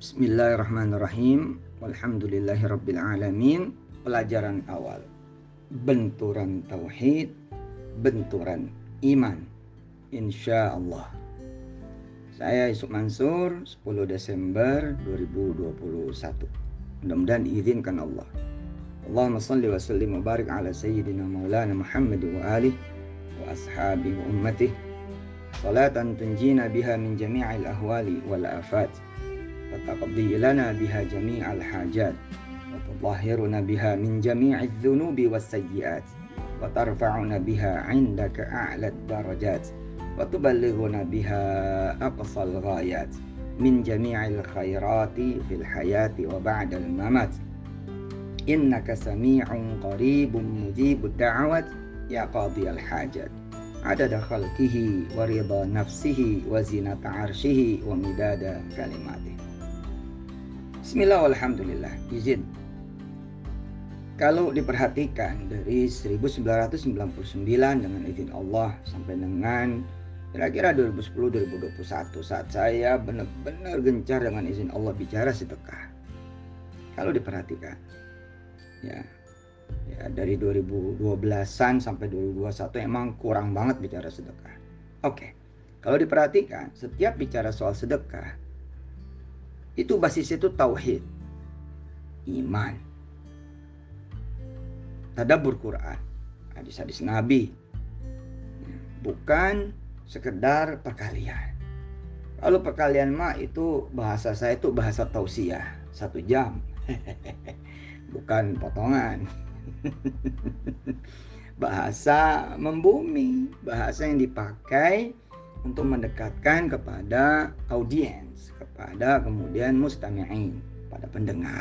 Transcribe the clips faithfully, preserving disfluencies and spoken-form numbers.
Bismillahirrahmanirrahim. Walhamdulillahirabbil alamin. Pelajaran awal. Benturan tauhid, benturan iman. Insyaallah. Saya Yusuf Mansur, sepuluh Desember dua ribu dua puluh satu. Mudah-mudahan diizinkan Allah. Allahumma salli wa sallim wa barik ala sayyidina maulana Muhammad wa alihi wa ashabihi wa ummatihi. Salatan tunjina biha min jami'il ahwali wal afat. وتقضي لنا بها جميع الحاجات وتطهرنا بها من جميع الذنوب والسيئات وترفعنا بها عندك أعلى الدرجات وتبلغنا بها أقصى الغايات من جميع الخيرات في الحياة وبعد الممات إنك سميع قريب مجيب الدعوات يا قاضي الحاجات عدد خلقه ورضا نفسه وزنة عرشه ومداد كلماته. Bismillah walhamdulillah. Izin. Kalau diperhatikan dari seribu sembilan ratus sembilan puluh sembilan dengan izin Allah sampai dengan kira-kira dua ribu sepuluh dua ribu dua puluh satu saat saya benar-benar gencar dengan izin Allah bicara sedekah. Kalau diperhatikan ya, ya dari dua ribu dua belasan sampai dua ribu dua puluh satu emang kurang banget bicara sedekah. Oke. Kalau diperhatikan setiap bicara soal sedekah itu basisnya itu tauhid, iman, tadabbur Quran, hadis-hadis Nabi, bukan sekedar perkalian. Kalau perkalian mah itu bahasa saya itu bahasa tausiah satu jam, bukan potongan. Bahasa membumi, bahasa yang dipakai untuk mendekatkan kepada audiens, kepada kemudian mustami'in, pada pendengar.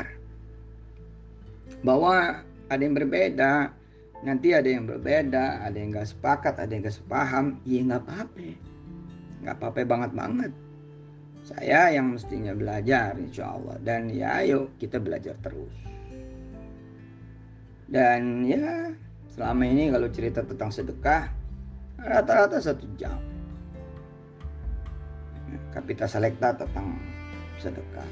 Bahwa ada yang berbeda, nanti ada yang berbeda, ada yang gak sepakat, ada yang gak sepaham, ya gak apa-apa. Gak apa-apa banget-banget. Saya yang mestinya belajar insya Allah. Dan ya ayo kita belajar terus. Dan ya selama ini kalau cerita tentang sedekah, rata-rata satu jam. Kapita Selekta tentang sedekah.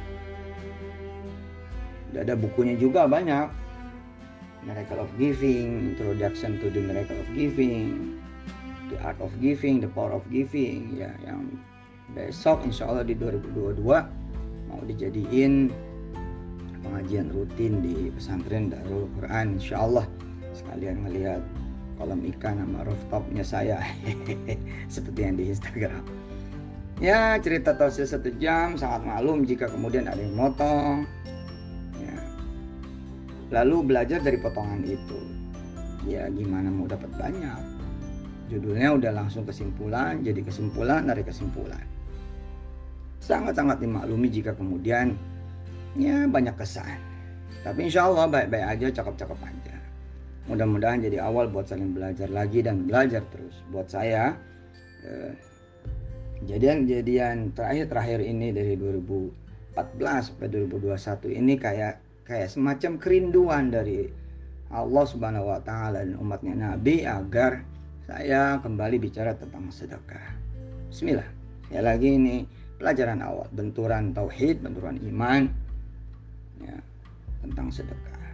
Udah ada bukunya juga banyak. Miracle of Giving, Introduction to the Miracle of Giving, The Art of Giving, The Power of Giving, ya yang besok insya Allah di dua ribu dua puluh dua mau dijadiin pengajian rutin di pesantren Darul Quran insya Allah, sekalian ngelihat kolam ikan sama rooftopnya saya seperti yang di Instagram. Ya cerita tausiah satu jam, sangat maklum jika kemudian ada yang motong ya. Lalu belajar dari potongan itu. Ya gimana mau dapat banyak. Judulnya udah langsung kesimpulan, jadi kesimpulan dari kesimpulan. Sangat-sangat dimaklumi jika kemudian ya banyak kesan. Tapi insya Allah baik-baik aja, cakep-cakep aja. Mudah-mudahan jadi awal buat saling belajar lagi dan belajar terus. Buat saya eh, Kejadian-kejadian terakhir-terakhir ini dari dua ribu empat belas sampai dua ribu dua puluh satu ini kayak kayak semacam kerinduan dari Allah Subhanahu wa taala dan umatnya Nabi agar saya kembali bicara tentang sedekah. Bismillah. Sekali lagi ini pelajaran awal, benturan tauhid, benturan iman ya, tentang sedekah.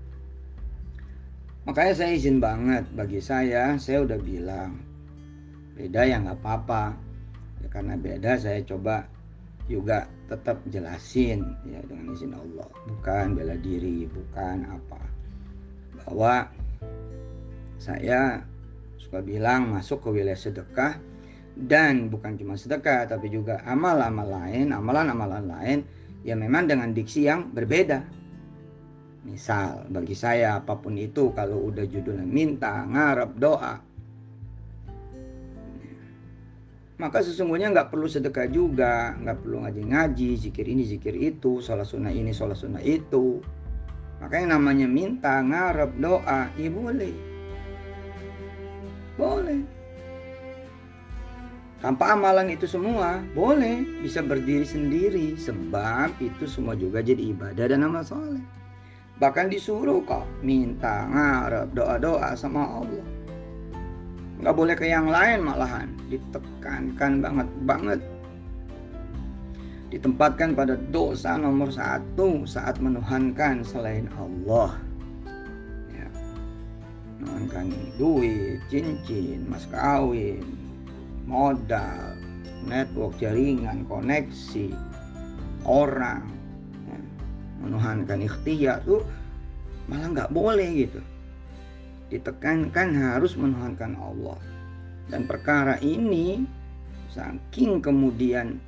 Makanya saya izin banget, bagi saya saya udah bilang beda ya nggak apa-apa. Ya, karena beda saya coba juga tetap jelasin ya dengan izin Allah, bukan bela diri, bukan apa, bahwa saya suka bilang masuk ke wilayah sedekah dan bukan cuma sedekah tapi juga amal-amal lain, amalan-amalan lain ya memang dengan diksi yang berbeda. Misal bagi saya apapun itu kalau udah judulnya minta, ngarep, doa, maka sesungguhnya nggak perlu sedekah juga, nggak perlu ngaji-ngaji, zikir ini, zikir itu, sholat sunnah ini, sholat sunnah itu. Maka yang namanya minta, ngarep, doa, ya boleh. Boleh. Tanpa amalan itu semua, boleh. Bisa berdiri sendiri, sebab itu semua juga jadi ibadah dan amal soleh. Bahkan disuruh kok minta, ngarep, doa-doa sama Allah. Nggak boleh ke yang lain malahan, ditekankan banget banget. ditempatkan pada dosa nomor satu saat menuhankan selain Allah. Ya. Menuhankan duit, cincin, mas kawin, modal, network, jaringan, koneksi, orang, ya. Menuhankan ikhtiar tuh malah nggak boleh gitu. Ditekankan harus menuhankan Allah. Dan perkara ini saking kemudian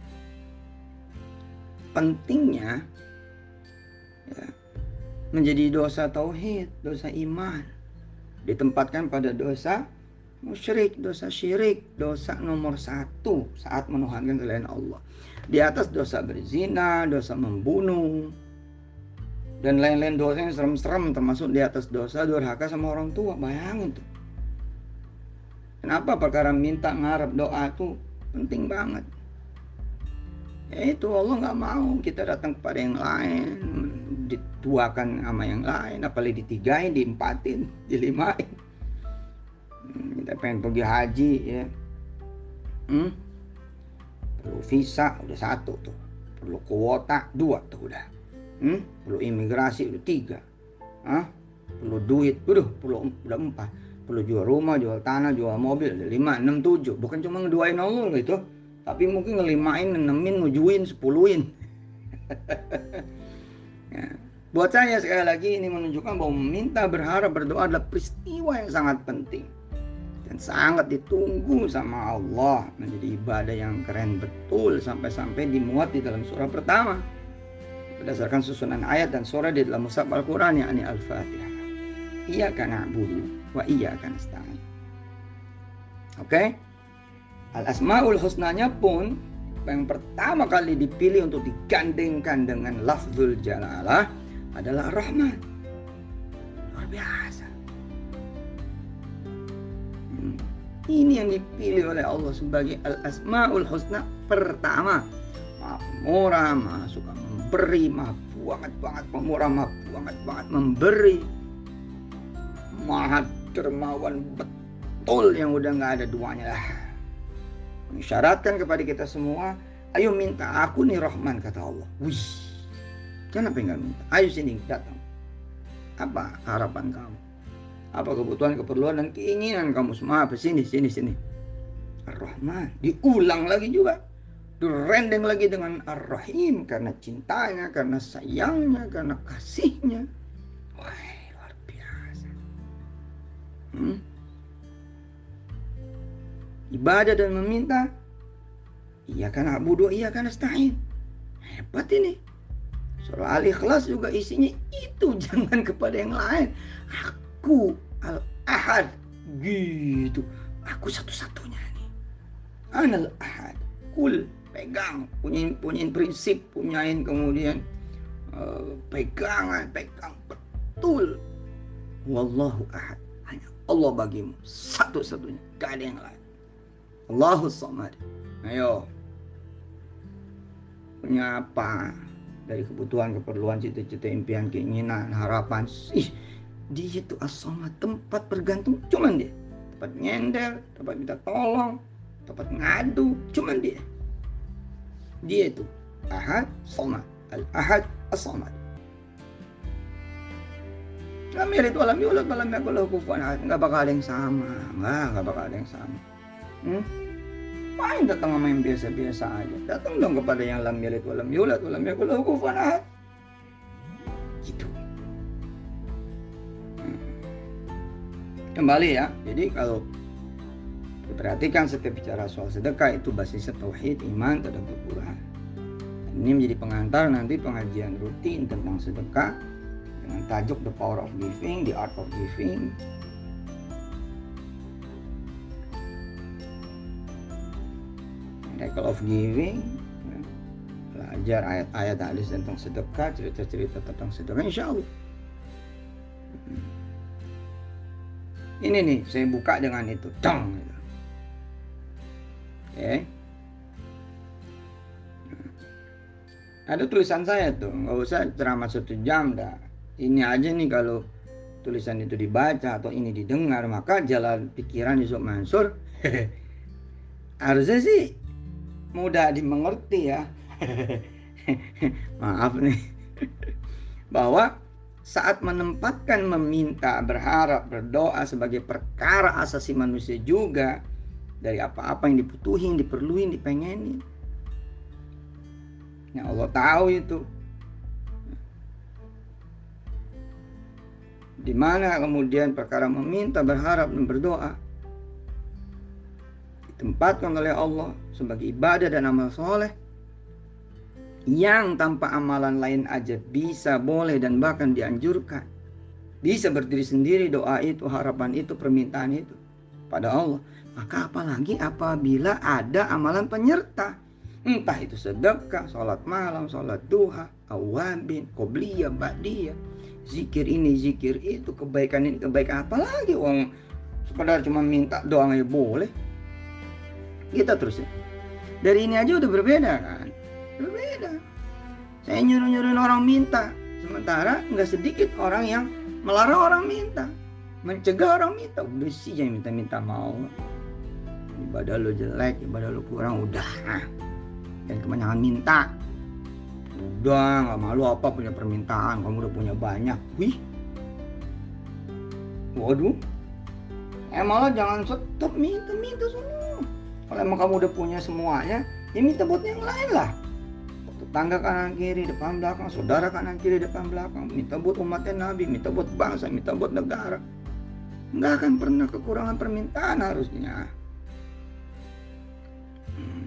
pentingnya ya, menjadi dosa tauhid, dosa iman, ditempatkan pada dosa musyrik, dosa syirik, dosa nomor satu saat menuhankan selain Allah. Di atas dosa berzina, dosa membunuh, dan lain-lain dosa yang serem-serem, termasuk di atas dosa durhaka sama orang tua. Bayangin tuh. Kenapa perkara minta ngarep doa itu penting banget. Ya itu Allah nggak mau kita datang kepada yang lain, dituakan sama yang lain, apalagi ditigain, diempatin, dilimain. Kita pengen pergi haji ya, hmm? Perlu visa udah satu tuh, perlu kuota dua tuh udah, hmm? Perlu imigrasi udah tiga, Hah? Perlu duit, udah perlu udah empat, perlu jual rumah, jual tanah, jual mobil udah lima, enam, tujuh. Bukan cuma ngeduain Allah gitu, tapi mungkin ngelimain, enemin, ngujuin, sepuluhin. Ya. Buat saya sekali lagi ini menunjukkan bahwa meminta, berharap, berdoa adalah peristiwa yang sangat penting dan sangat ditunggu sama Allah, menjadi ibadah yang keren betul sampai-sampai dimuat di dalam surah pertama berdasarkan susunan ayat dan surah di dalam mushaf Al-Quran, yakni Al-Fatihah. Iyyaka na'budu wa iyyaka nasta'in. Oke? Al-Asmaul Husnanya pun yang pertama kali dipilih untuk digandengkan dengan lafzul jalalah adalah Ar-Rahman. Luar biasa. Hmm. Ini yang dipilih oleh Allah sebagai Al-Asmaul Husna pertama. Maha murah, maha suka memberi, maha banget-banget pemurah, maha banget-banget memberi, maha dermawan betul yang udah gak ada duanya lah. Mengisyaratkan kepada kita semua, ayo minta aku nih Rahman, kata Allah. Wih, kenapa enggak minta? Ayo sini datang. Apa harapan kamu? Apa kebutuhan, keperluan dan keinginan kamu semua? Apa sini, sini, sini. Ar-Rahman. Diulang lagi juga. Direndeng lagi dengan Ar-Rahim karena cintanya, karena sayangnya, karena kasihnya. Wah, luar biasa. Hmm? Ibadah dan meminta, iyyaka na'budu wa iyyaka nasta'in. Hebat ini. Surah Al-Ikhlas juga isinya itu, jangan kepada yang lain. Aku Al-Ahad, gitu. Aku satu-satunya nih. Anal Ahad. Kul, pegang, punyain, punyain prinsip, punyain kemudian uh, pegangan, pegang betul. Wallahu Ahad. Hanya Allah bagimu, satu-satunya, gak ada yang lain. Allahus Samad. Ayo, punya apa dari kebutuhan, keperluan, cita-cita, impian, keinginan, harapan? Ih, dia itu As-Samad, tempat bergantung cuman dia, tempat nyender, tempat minta tolong, tempat ngadu, cuman dia. Dia itu Ahad, Samad, Al-Ahad, As-Samad. Lam yalid wa lam yulad wa lam yakul lahu kufuwan ahad. Enggak bakal ada yang sama, enggak, enggak bakal ada yang sama. Hmm? Main datang sama yang biasa-biasa aja. Datang dong kepada yang lam yalid wa lam yulad wa lam yakul lahu kufuwan ahad. Gitu. Hmm. Kembali ya. Jadi kalau diperhatikan setiap bicara soal sedekah itu basisnya tauhid, iman, tadabbur Quran. Ini menjadi pengantar nanti pengajian rutin tentang sedekah dengan tajuk The Power of Giving, The Art of Giving. Cycle of Giving, ya. Belajar ayat-ayat hadis tentang sedekah, cerita-cerita tentang sedekah, insya Allah. Hmm. Ini nih, saya buka dengan itu, dong. Oke. Okay. Ada tulisan saya tuh, nggak usah ceramah satu jam dah. Ini aja nih kalau tulisan itu dibaca atau ini didengar, maka jalan pikiran Yusuf Mansur harusnya sih mudah dimengerti ya. Maaf nih. Bahwa saat menempatkan meminta, berharap, berdoa sebagai perkara asasi manusia juga, dari apa-apa yang dibutuhin, diperluin, dipengenin. Ya Allah tahu itu. Di mana kemudian perkara meminta, berharap, dan berdoa ditempatkan oleh Allah sebagai ibadah dan amal soleh yang tanpa amalan lain aja bisa, boleh, dan bahkan dianjurkan. Bisa berdiri sendiri doa itu, harapan itu, permintaan itu pada Allah. Maka apalagi apabila ada amalan penyerta. Entah itu sedekah, sholat malam, sholat duha, awabin, qobliyah, ba'diyah, zikir ini, zikir itu, kebaikan ini, kebaikan apalagi. Wong sekedar cuma minta doa aja boleh. Kita terus ya. Dari ini aja udah berbeda kan. Berbeda. Saya nyuruh-nyuruhin orang minta, sementara nggak sedikit orang yang melarang orang minta, mencegah orang minta. Udah sih jangan minta-minta mau. Ibadah lo jelek, ibadah lo kurang, udah. Dan kebanyakan minta. Udah, nggak malu apa punya permintaan, kamu udah punya banyak. Wih. Waduh. Eh malah jangan stop minta-minta semua. Kalau emang kamu udah punya semuanya, ya minta buat yang lain lah. Tetangga kanan kiri, depan belakang, saudara kanan kiri, depan belakang, minta buat umatnya Nabi, minta buat bangsa, minta buat negara. Nggak akan pernah kekurangan permintaan harusnya. Hmm.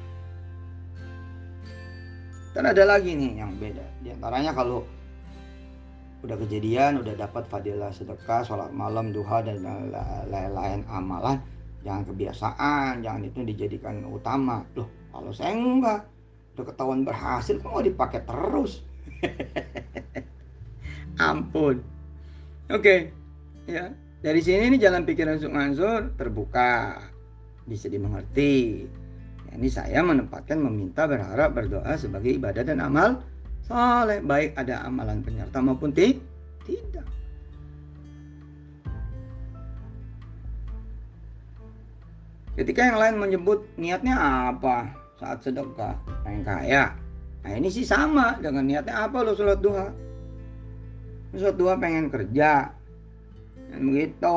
Dan ada lagi nih yang beda. Di antaranya kalau udah kejadian, udah dapat fadilah sedekah, sholat malam, duha, dan lain-lain amalan, jangan kebiasaan, jangan itu dijadikan utama. Loh, kalau saya enggak, udah ketahuan berhasil kok nggak dipakai terus. Ampun. Oke, ya dari sini nih jalan pikiran Syukh Mansur terbuka, bisa dimengerti. Ya, ini saya menempatkan meminta, berharap, berdoa sebagai ibadah dan amal soleh, baik ada amalan penyerta maupun tidak. Ketika yang lain menyebut niatnya apa saat sedekah, pengen kaya. Nah ini sih sama dengan niatnya apa lo sholat duha. Sholat duha pengen kerja. Dan begitu.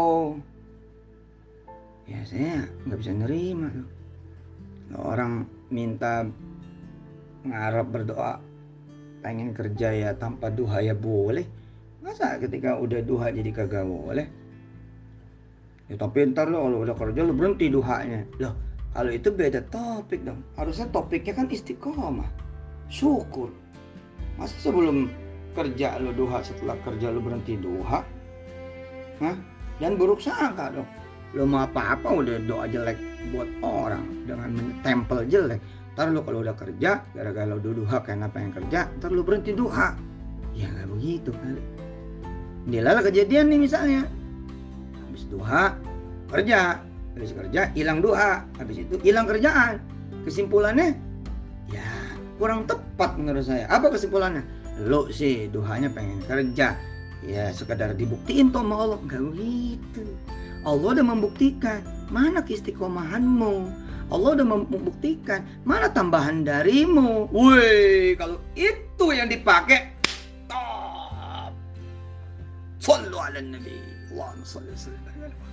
Ya saya nggak bisa nerima loh. Orang minta ngarep berdoa pengen kerja ya tanpa duha ya boleh. Masa ketika udah duha jadi kagak boleh? Ya tapi ntar lo kalau udah kerja lo berhenti duhanya. Loh, kalau itu beda topik dong. Harusnya topiknya kan istiqomah, syukur. Masa sebelum kerja lo duha, setelah kerja lo berhenti duha? Hah? Dan buruk sangka dong. Lo mau apa-apa udah doa jelek buat orang dengan mentempel jelek. Ntar lo kalau udah kerja, gara-gara lo duha karena pengen kerja, ntar lo berhenti duha. Ya nggak begitu kali. Inilah kejadian nih misalnya. Habis duha, kerja. Habis kerja hilang duha, habis itu hilang kerjaan. Kesimpulannya ya kurang tepat menurut saya. Apa kesimpulannya? Lo sih duhanya pengen kerja, ya sekedar dibuktiin tuh sama Allah. Enggak begitu. Allah udah membuktikan mana keistiqomahanmu. Allah udah membuktikan mana tambahan darimu. Woi, kalau itu yang dipakai, top. Shallu ala nabi. Allahumma shalli wa sallim.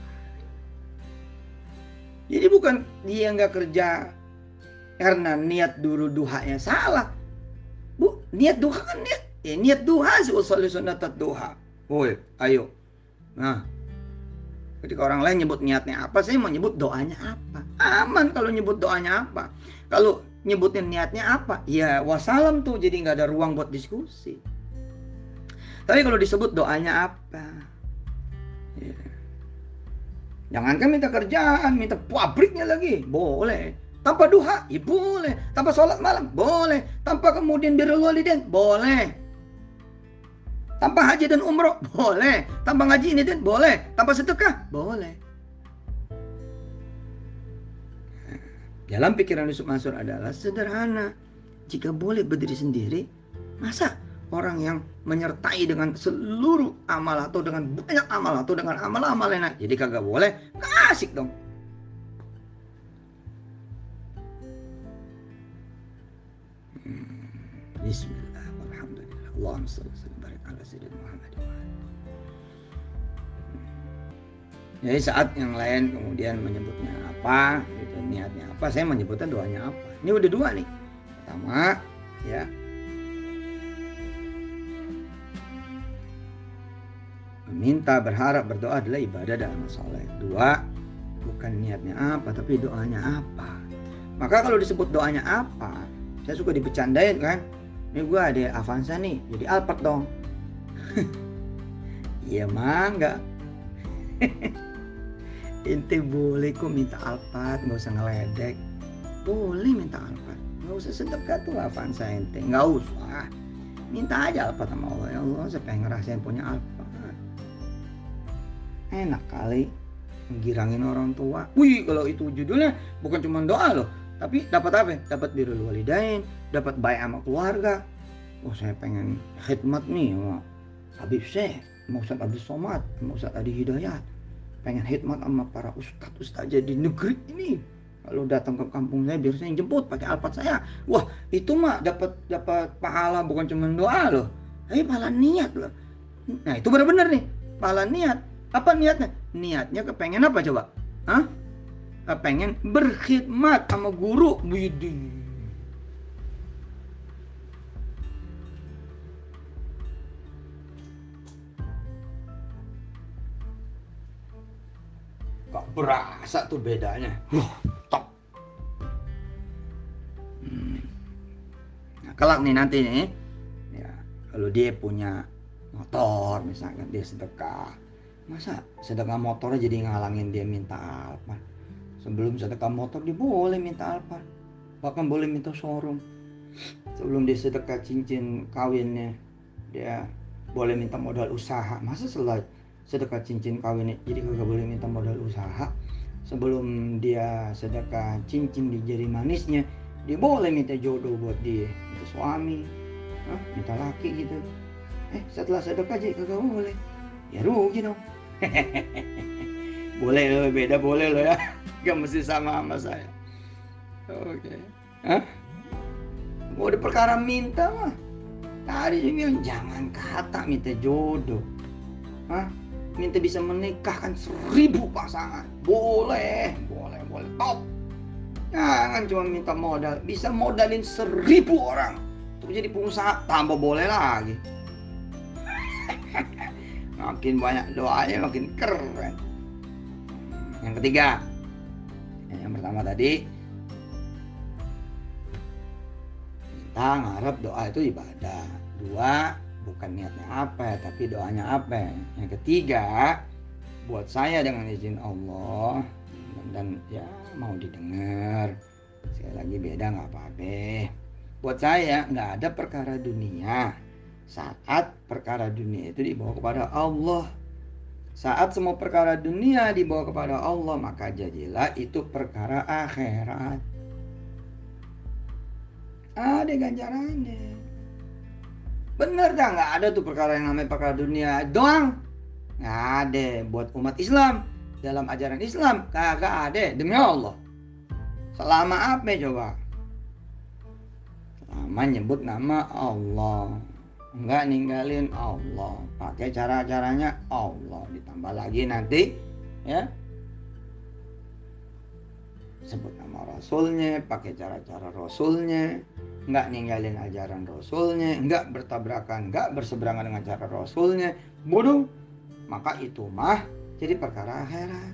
Jadi bukan dia nggak kerja karena niat dulu duhanya salah. Bu, niat duha kan niat. Ya, niat duha sih usul sunat duha. Woi, ayo. Nah, ketika orang lain nyebut niatnya apa, saya mau nyebut doanya apa. Aman kalau nyebut doanya apa. Kalau nyebutin niatnya apa, ya wassalam tuh, jadi nggak ada ruang buat diskusi. Tapi kalau disebut doanya apa, ya. Jangankan minta kerjaan, minta pabriknya lagi, boleh. Tanpa duha, ya boleh. Tanpa sholat malam, boleh. Tanpa kemudian birrul walidain, boleh. Tanpa haji dan umroh, boleh. Tanpa ngaji ini dan boleh. Tanpa sedekah, boleh. Dalam pikiran Syukh Mansur adalah sederhana. Jika boleh berdiri sendiri, masa orang yang menyertai dengan seluruh amal atau dengan banyak amal atau dengan amal-amal lain jadi kagak boleh? Nggak asik dong. Hmm. Bismillah, walhamdulillah, Allahumma shalli wa sallim barik ala sayyidina Muhammad. Jadi saat yang lain kemudian menyebutnya apa, gitu, niatnya apa, saya menyebutnya doanya apa. Ini udah dua nih. Pertama, ya, meminta, berharap, berdoa adalah ibadah dalam soleh. Dua, bukan niatnya apa, tapi doanya apa. Maka kalau disebut doanya apa, saya suka dibecandain kan. Ini gue ada Avanza nih, jadi Alphard dong. Iya mangga. Inti boleh kok minta Alphard, nggak usah ngeledek. Boleh minta Alphard, nggak usah sedekah tuh Avanza ente, nggak usah. Minta aja Alphard sama Allah. Ya Allah, saya pengen ngerasain punya Alphard. Enak kali menggirangin orang tua. Wih, kalau itu judulnya bukan cuma doa loh, tapi dapat apa? Dapat birrul walidain, dapat baik sama keluarga. Oh, saya pengen khidmat nih sama Habib Syekh, sama Ustaz Abdul Somad, sama Ustaz Adi Hidayat. Pengen khidmat sama para ustadz-ustadz di negeri ini. Kalau datang ke kampung saya biasanya jemput pakai Alphard saya. Wah, itu mah dapat dapat pahala bukan cuma doa loh, tapi pahala niat loh. Nah, itu benar-benar nih, pahala niat. Apa niatnya? Niatnya kepengen apa coba? Hah? Pengen berkhidmat sama guru. Widih. Gak berasa tuh bedanya. Wah, top. Hmm. Nah, kelak nih nanti nih, ya, kalau dia punya motor misalkan, dia sedekah. Masa sedekah motornya jadi ngalangin dia minta Alphard? Sebelum sedekah motor dia boleh minta Alphard, bahkan boleh minta showroom. Sebelum dia sedekah cincin kawinnya, dia boleh minta modal usaha. Masa setelah sedekah cincin kawinnya jadi kagak boleh minta modal usaha? Sebelum dia sedekah cincin di jari manisnya, dia boleh minta jodoh buat dia, minta suami, Hah? minta laki gitu. Eh setelah sedekah jadi kagak boleh, ya rugi dong. Boleh loh, beda boleh loh ya, gak mesti sama sama saya. Oke, okay. Hah? Mau di perkara minta mah tadi juga jangan kata minta jodoh. Hah? Minta bisa menikahkan seribu pasangan, boleh, boleh, boleh, top. Jangan cuma minta modal, bisa modalin seribu orang untuk jadi pengusaha, tambah boleh lagi. Makin banyak doanya makin keren. Yang ketiga, yang pertama tadi, minta, ngarep, doa itu ibadah. Dua, bukan niatnya apa tapi doanya apa. Yang ketiga, buat saya dengan izin Allah, dan, dan ya mau didengar sekali lagi beda nggak apa-apa. Buat saya nggak ada perkara dunia saat perkara dunia itu dibawa kepada Allah. Saat semua perkara dunia dibawa kepada Allah, maka jadilah itu perkara akhirat. Ada ganjarannya. Bener dah, nggak ada tuh perkara yang namanya perkara dunia doang. Nggak ada buat umat Islam. Dalam ajaran Islam kagak ada, demi Allah. Selama apa coba? Selama nyebut nama Allah, nggak ninggalin Allah, pakai cara-caranya Allah, ditambah lagi nanti ya sebut nama Rasulnya, pakai cara-cara Rasulnya, nggak ninggalin ajaran Rasulnya, nggak bertabrakan, nggak berseberangan dengan cara Rasulnya, bodoh, maka itu mah jadi perkara akhirat.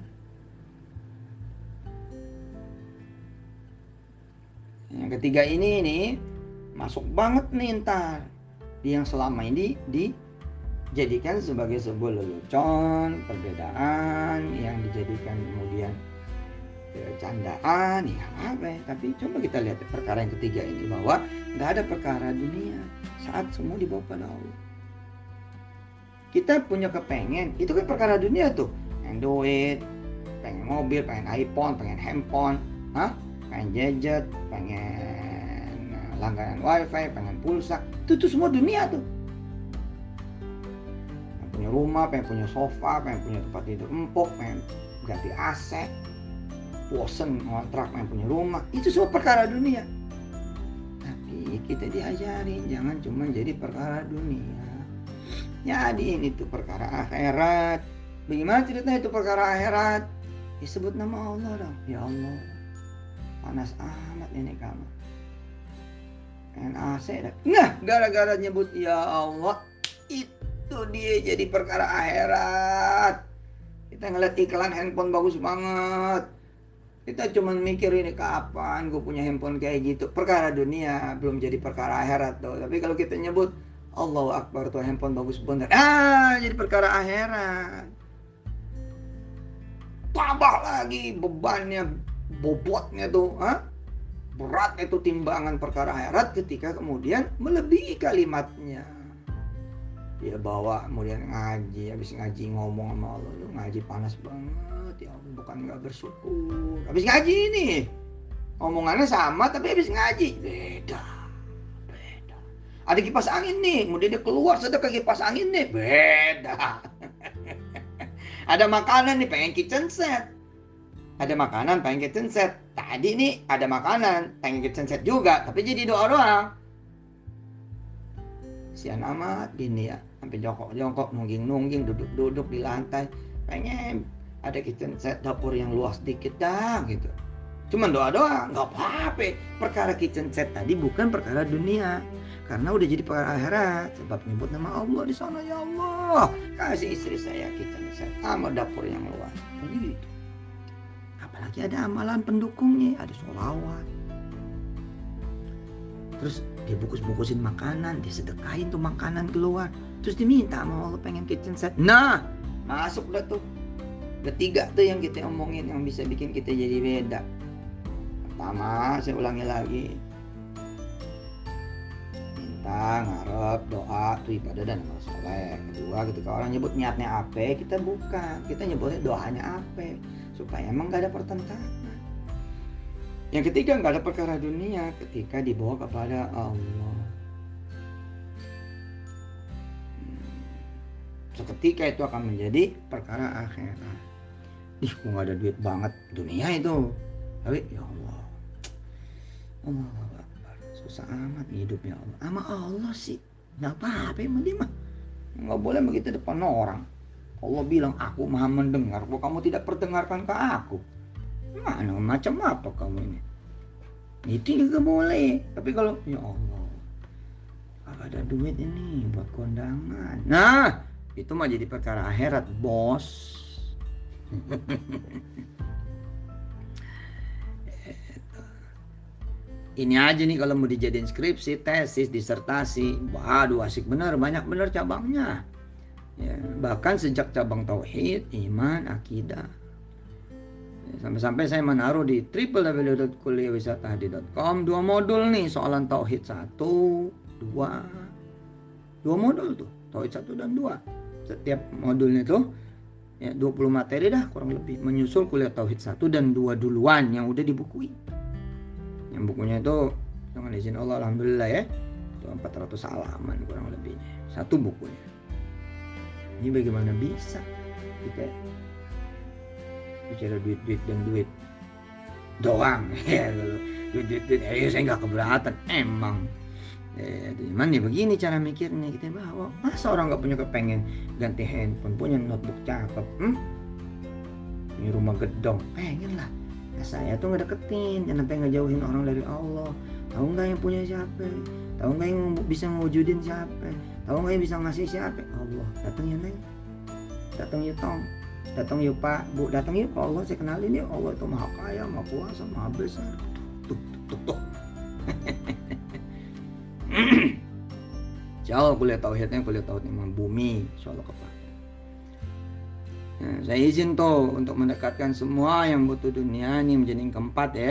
Yang ketiga ini nih masuk banget nih ntar yang selama ini dijadikan sebagai sebuah lelucon, perbedaan yang dijadikan kemudian candaan, ya apa? Tapi coba kita lihat perkara yang ketiga ini, bahwa nggak ada perkara dunia saat semua dibawa pada Allah. Kita punya kepengen, itu kan perkara dunia tuh, pengen duit, pengen mobil, pengen iPhone, pengen handphone, hah? pengen gadget, pengen langganan wifi, pengen pulsa, itu tuh semua dunia tuh. Pengen punya rumah, pengen punya sofa, pengen punya tempat tidur empuk, pengen ganti A C, bosen ngontrak, pengen punya rumah, itu semua perkara dunia. Tapi Jadi kita diajarin jangan cuma jadi perkara dunia. Jadi ini tuh perkara akhirat. Bagaimana ceritanya itu perkara akhirat? Disebut nama Allah dong. Ya Allah, panas amat ini kamar. N A C dah. Nah, gara-gara nyebut ya Allah, itu dia jadi perkara akhirat. Kita ngeliat iklan handphone bagus banget. Kita cuma mikir ini kapan gue punya handphone kayak gitu. Perkara dunia, belum jadi perkara akhirat tuh. Tapi kalau kita nyebut Allahu Akbar tuh handphone bagus bener. Ah, jadi perkara akhirat. Tambah lagi bebannya, bobotnya tuh. Hah? Berat itu timbangan perkara akhirat ketika kemudian melebihi kalimatnya. Dia bawa kemudian ngaji, habis ngaji ngomong sama Allah, lu ngaji panas banget ya Allah, bukan nggak bersyukur. Habis ngaji nih, omongannya sama tapi habis ngaji beda, beda. Ada kipas angin nih, kemudian dia keluar sedekah kipas angin nih, beda. Ada makanan nih, pengen kitchen set. Ada makanan, pengen kitchen set. Tadi nih ada makanan, pengen kitchen set juga, tapi jadi doa doang. Sian amat gini ya, sampai jongkok-jongkok, nungging-nungging, duduk-duduk di lantai. Pengen ada kitchen set dapur yang luas dikit dah gitu. Cuman doa-doa, nggak apa-apa. Perkara kitchen set tadi bukan perkara dunia, karena udah jadi perkara akhirat. Sebab nyebut nama Allah di sana, ya Allah, kasih istri saya kitchen set sama dapur yang luas. Begitu. Apalagi ada amalan pendukungnya, ada sholawat. Terus dia bungkus-bungkusin makanan, dia sedekahin tuh makanan keluar. Terus diminta sama Allah pengen kitchen set. Nah, masuk dah tuh. Ketiga tuh yang kita omongin yang bisa bikin kita jadi beda. Pertama, saya ulangi lagi. Minta, ngarep, doa, itu ibadah dan amal soleh. Kedua, ketika orang nyebut niatnya apa, kita bukan. Kita nyebutnya doanya apa. Supaya emang gak ada pertentangan. Yang ketiga, nggak ada perkara dunia ketika dibawa kepada Allah. Hmm. Seketika itu akan menjadi perkara akhirat. Ih, kok nggak ada duit banget dunia itu. Tapi ya Allah, Allah Akbar, susah amat hidupnya Allah. Sama Allah sih, nggak apa-apa emang dia mah. Nggak boleh begitu depan orang. Allah bilang, aku maha mendengar, kok kamu tidak perdengarkan ke aku. Mana macam apa kamu ini? Itu juga boleh. Tapi kalau ya Allah, kalau ada duit ini buat kondangan. Nah, itu mah jadi perkara akhirat, bos. Ini aja nih kalau mau dijadiin skripsi, tesis, disertasi. Waduh, asik bener, banyak bener cabangnya. Ya, bahkan sejak cabang tauhid, iman, akidah. Sampai-sampai saya menaruh di w w w dot kuliah wisata hadi dot com dua modul nih, soalan tauhid satu, dua, dua modul tuh, tauhid satu dan dua. Setiap modulnya tuh ya dua puluh materi dah kurang lebih, menyusul kuliah tauhid satu dan dua duluan yang udah dibukuin. Yang bukunya itu dengan izin Allah alhamdulillah ya, itu empat ratus halaman kurang lebihnya. Satu bukunya. Ini bagaimana bisa kita bicara duit-duit dan duit doang ya, duit-duit ayo saya nggak keberatan emang ya, cuman ya begini cara mikirnya kita bawa. Masa orang nggak punya kepengen ganti handphone, punya notebook cakep, hmm? Punya rumah gedong, pengen lah. Nah, saya tuh ngedeketin, jangan sampai ngejauhin orang dari Allah. Tahu nggak yang punya siapa? Tahu nggak yang bisa ngewujudin siapa? Tahu nggak yang bisa ngasih siapa? Allah. Datang ya neng, datang ya tong, datang yuk pak, bu, datang yuk Allah, saya kenalin yuk, Allah itu maha kaya, maha kuasa, maha besar. Tuh, tuh, tuh. Jauh kuliah tauhidnya, kuliah tauhid imam bumi, insyaallah kepada. Nah, saya izin tuh untuk mendekatkan semua yang butuh dunia ini menjadi yang keempat ya.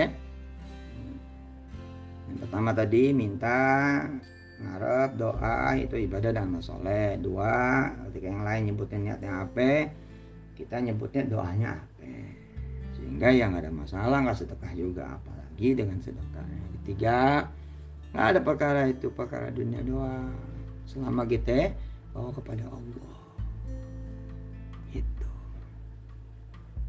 Yang pertama tadi minta, ngarep, doa, itu ibadah dan amal soleh. Dua, ketika yang lain nyebutin niatnya apa, kita nyebutnya doanya apa, sehingga yang ada masalah nggak sedekah juga, apalagi dengan sedekah. Ketiga, nggak ada perkara itu perkara dunia doang, selama kita bawa kepada Allah gitu.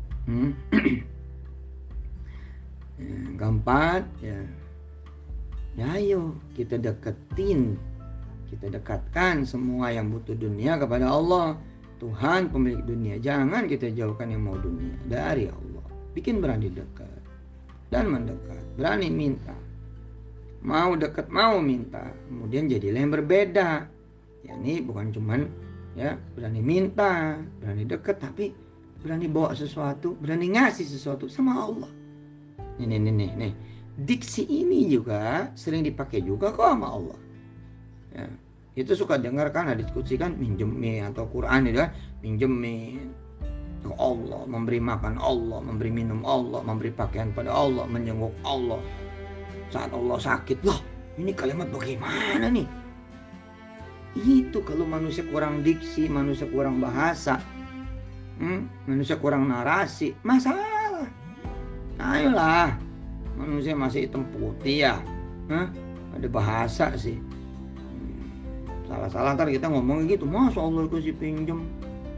hmm. Yang keempat ya, Ya ayo kita deketin, kita dekatkan semua yang butuh dunia kepada Allah, Tuhan pemilik dunia. Jangan kita jauhkan yang mau dunia dari Allah. Bikin berani dekat dan mendekat, berani minta. Mau dekat, mau minta. Kemudian jadilah yang berbeda. Ya ini bukan cuman ya berani minta, berani dekat, tapi berani bawa sesuatu, berani ngasih sesuatu sama Allah. Nih nih nih nih. nih. Diksi ini juga sering dipakai juga kok sama Allah. Ya, itu suka dengar kan ada diskusi kan, minjemin atau Quran itu kan, minjemin ke Allah, memberi makan Allah, memberi minum Allah, memberi pakaian pada Allah, menjenguk Allah saat Allah sakit. Loh, ini kalimat bagaimana nih? Itu kalau manusia kurang diksi, manusia kurang bahasa, hmm, manusia kurang narasi, masalah. Ayolah, manusia masih hitam putih ya, Hah? Ada bahasa sih. Salah-salah ntar kita ngomong gitu, masa Allah kasih pinjam.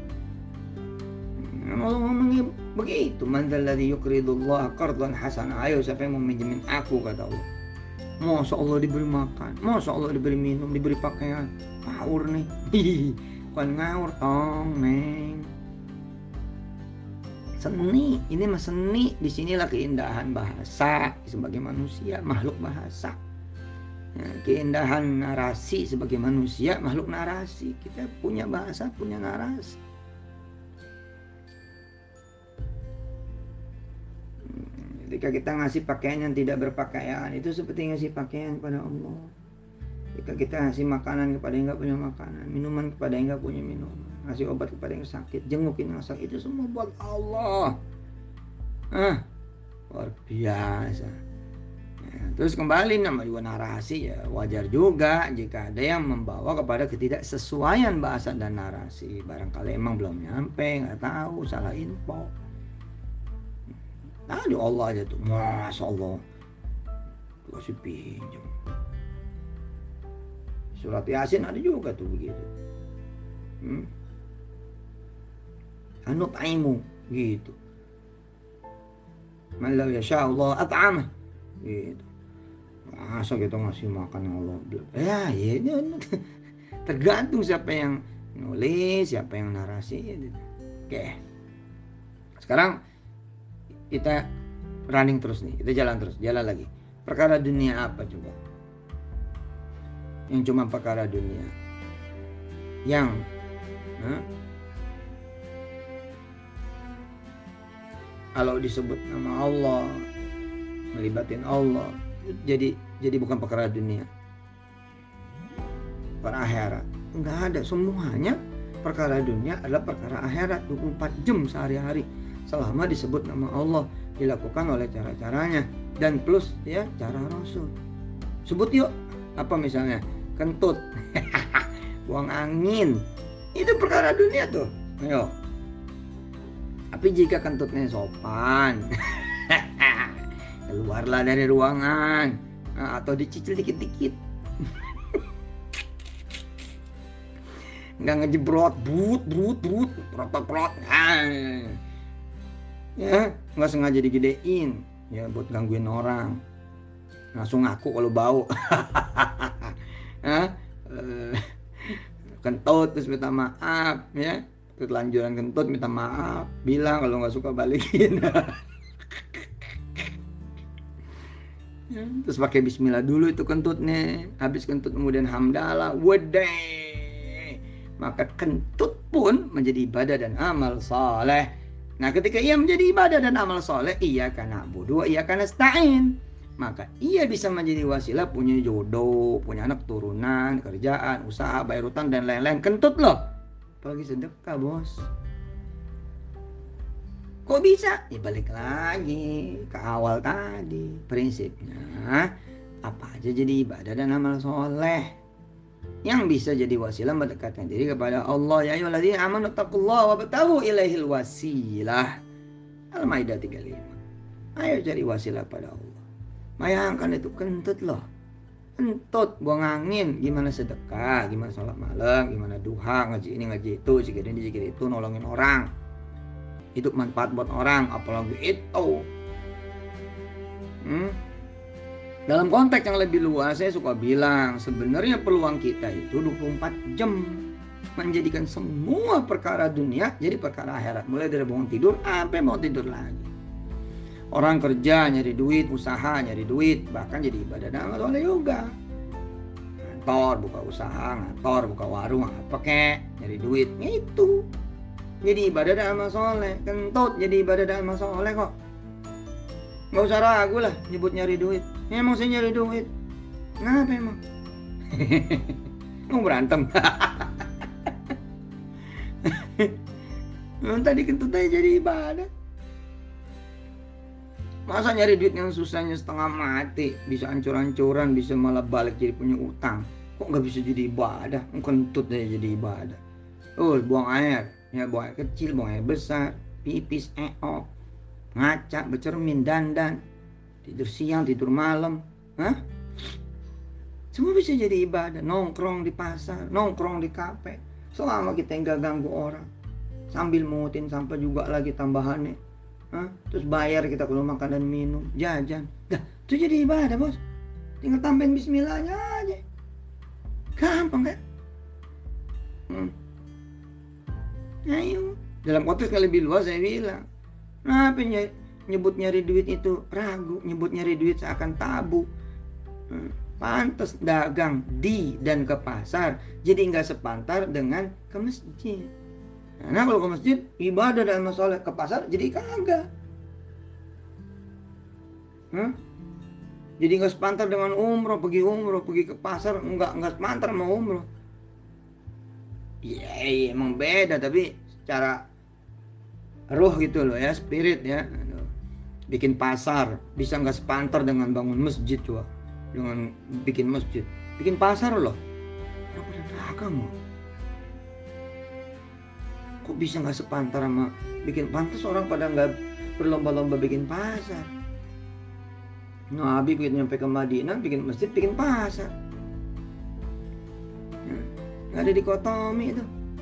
Allah ngomongnya begitu, man dzalladzi yuqridullaha qardan hasana. Ayo siapa yang mau minjemin aku, kata Allah. Masa Allah diberi makan, masa Allah diberi minum, diberi pakaian. Ngawur nih. Bukan ngawur tong, Neng. Seni, ini mah seni. Disinilah keindahan bahasa sebagai manusia, makhluk bahasa. Ya, keindahan narasi sebagai manusia, makhluk narasi. Kita punya bahasa, punya narasi. Ketika kita ngasih pakaian yang tidak berpakaian, itu seperti ngasih pakaian kepada Allah. Ketika kita ngasih makanan kepada yang nggak punya makanan, minuman kepada yang nggak punya minuman, ngasih obat kepada yang sakit, jengukin yang sakit, itu semua buat Allah. Ah, luar biasa. Ya, terus kembali nama juga narasi, ya wajar juga jika ada yang membawa kepada ketidaksesuaian bahasa dan narasi. Barangkali emang belum nyampe, nggak tahu, salah info. Nah, di Allah aja tuh, Masya Allah, kasih pinjam. Surat Yasin ada juga tuh begitu. Hmm? Anut aimu gitu. Malau yasha Allah at'amah gitu. Masa kita ngasih makan Allah? Ya, ya, tergantung siapa yang nulis, siapa yang narasi. Oke. Sekarang kita running terus nih, kita jalan terus, jalan lagi. Perkara dunia apa coba? Yang cuma perkara dunia. Yang huh? kalau disebut nama Allah, melibatin Allah, jadi jadi bukan perkara dunia, perkara akhirat. Enggak ada, semuanya perkara dunia adalah perkara akhirat. Dua puluh empat jam sehari-hari selama disebut nama Allah, dilakukan oleh cara-caranya dan plus ya cara Rasul. Sebut yuk, apa misalnya kentut, buang angin, itu perkara dunia tuh. Ayo. Tapi jika kentutnya sopan, keluarlah dari ruangan, nah, atau dicicil dikit-dikit. Nggak ngejebrot, brut, brut, brut, prot-prot, nah. Ya, nggak sengaja digedein, ya buat gangguin orang. Langsung ngaku kalau bau. Hah? Kentut terus minta maaf, ya. Ketelanjuran kentut minta maaf, bilang kalau nggak suka balikin. Ya, terus pakai bismillah dulu itu kentutnya. Habis kentut kemudian hamdalah, wede. Maka kentut pun menjadi ibadah dan amal saleh. Nah, ketika ia menjadi ibadah dan amal soleh, ia karena na'budu, ia karena nasta'in, maka ia bisa menjadi wasilah punya jodoh, punya anak turunan, kerjaan, usaha, bayar utang dan lain-lain. Kentut loh, apalagi sedekah bos. Kok bisa? Ya balik lagi ke awal tadi. Prinsipnya apa aja jadi ibadah dan amal soleh yang bisa jadi wasilah mendekatkan diri kepada Allah. Ya ayyuhalladzina amanu taqullaha wabtaghu ilaihil wasilah. Al-Maidah tiga puluh lima. Ayo cari wasilah pada Allah. Bayangkan itu kentut loh. Kentut buang angin, gimana sedekah, gimana sholat malam, gimana duha, ngaji ini ngaji itu, zikir ini zikir itu, nolongin orang. Itu manfaat buat orang, apalagi itu. Hmm? Dalam konteks yang lebih luas, saya suka bilang sebenarnya peluang kita itu dua puluh empat jam menjadikan semua perkara dunia jadi perkara akhirat. Mulai dari bangun tidur sampai mau tidur lagi. Orang kerja nyari duit, usaha nyari duit, bahkan jadi ibadah dan amal soleh juga. Ngantor buka usaha, ngantor buka warung, apa kek, nyari duit, itu jadi ibadah dan amal soleh. Kentut jadi ibadah dan amal soleh kok. Nggak usah ragu lah nyebut nyari duit. Ya, emang saya nyari duit. Kenapa emang? Mau berantem? Tadi kentut aja jadi ibadah. Masa nyari duit yang susahnya setengah mati, bisa ancur-ancuran, bisa malah balik jadi punya utang. Kok nggak bisa jadi ibadah? Kentut aja jadi ibadah. Oh, buang air. Ya, buang air kecil, buang air besar, pipis, eok, ngaca, bercermin, dandan, tidur siang, tidur malam. Hah? Semua bisa jadi ibadah. Nongkrong di pasar, nongkrong di kafe, selama kita nggak ganggu orang. Sambil mungutin sampah juga lagi tambahannya. Hah? Terus bayar kita kalau makan dan minum, jajan. Dah, itu jadi ibadah, bos. Tinggal tambahin bismillahnya aja. Gampang kan? Hmm. Ayo, dalam konteks yang lebih luas saya bilang, kenapa nyebut nyari duit itu ragu, nyebut nyari duit seakan tabu. Hmm. Pantas dagang di dan ke pasar, jadi nggak sepantar dengan ke masjid. Nah, kalau ke masjid ibadah dan masalah, ke pasar jadi kagak. Huh? Jadi nggak sepantar dengan umroh, pergi umroh, pergi ke pasar nggak nggak sepantar sama umroh. Iya, yeah, emang beda, tapi secara roh gitu loh ya, spirit ya. Bikin pasar bisa nggak sepantar dengan bangun masjid coba, dengan bikin masjid, bikin pasar loh. Orang pada dagang loh. Kok bisa nggak sepantar sama bikin pantas, orang pada nggak berlomba-lomba bikin pasar. Nabi begitu nyampe ke Madinah bikin masjid, bikin pasar. Nggak ada dikotomi itu.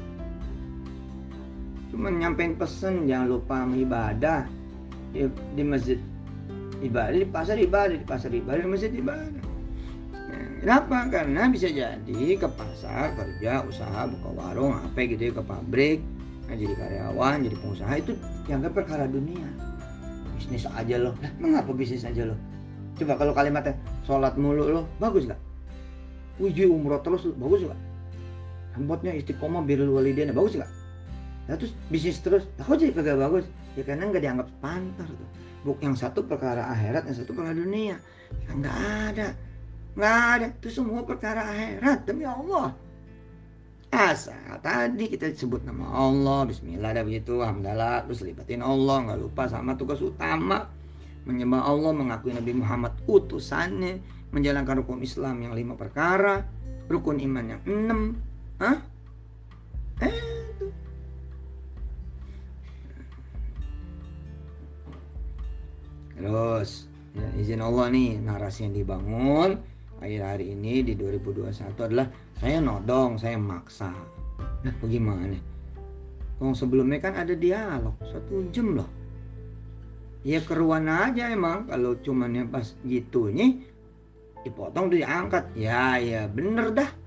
Cuma nyampein pesen jangan lupa ibadah di, di masjid ibadah, di pasar ibadah, di pasar ibadah, di masjid ibadah. Nah, kenapa? Karena bisa jadi ke pasar kerja, usaha, buka warung, apa gitu ya, ke pabrik. Nah, jadi karyawan, jadi pengusaha itu dianggap perkara dunia. Bisnis aja loh. Nah, mengapa bisnis aja loh? Coba kalau kalimatnya sholat mulu loh, bagus nggak? Uji umroh terus, bagus nggak? Rambutnya istiqomah birrul walidain, bagus nggak? Nah, terus bisnis terus, kok jadi kagak bagus? Ya karena nggak dianggap pantar tuh. Buk yang satu perkara akhirat, yang satu perkara dunia. Ya nggak ada, nggak ada. Itu semua perkara akhirat demi Allah. Asal tadi kita sebut nama Allah, bismillah, dah begitu, alhamdulillah, terus libatin Allah, nggak lupa sama tugas utama, menyembah Allah, mengakui Nabi Muhammad utusannya, menjalankan rukun Islam yang lima perkara, rukun iman yang enam. Hah? Eh, itu. Terus ya, izin Allah nih, narasi yang dibangun akhir hari ini di dua ribu dua puluh satu adalah saya nodong, saya maksa. Nah, bagaimana? Oh, sebelumnya kan ada dialog satu jam loh. Ya keruan aja emang, kalau cuman yang pas gitunya dipotong diangkat. Ya ya bener dah.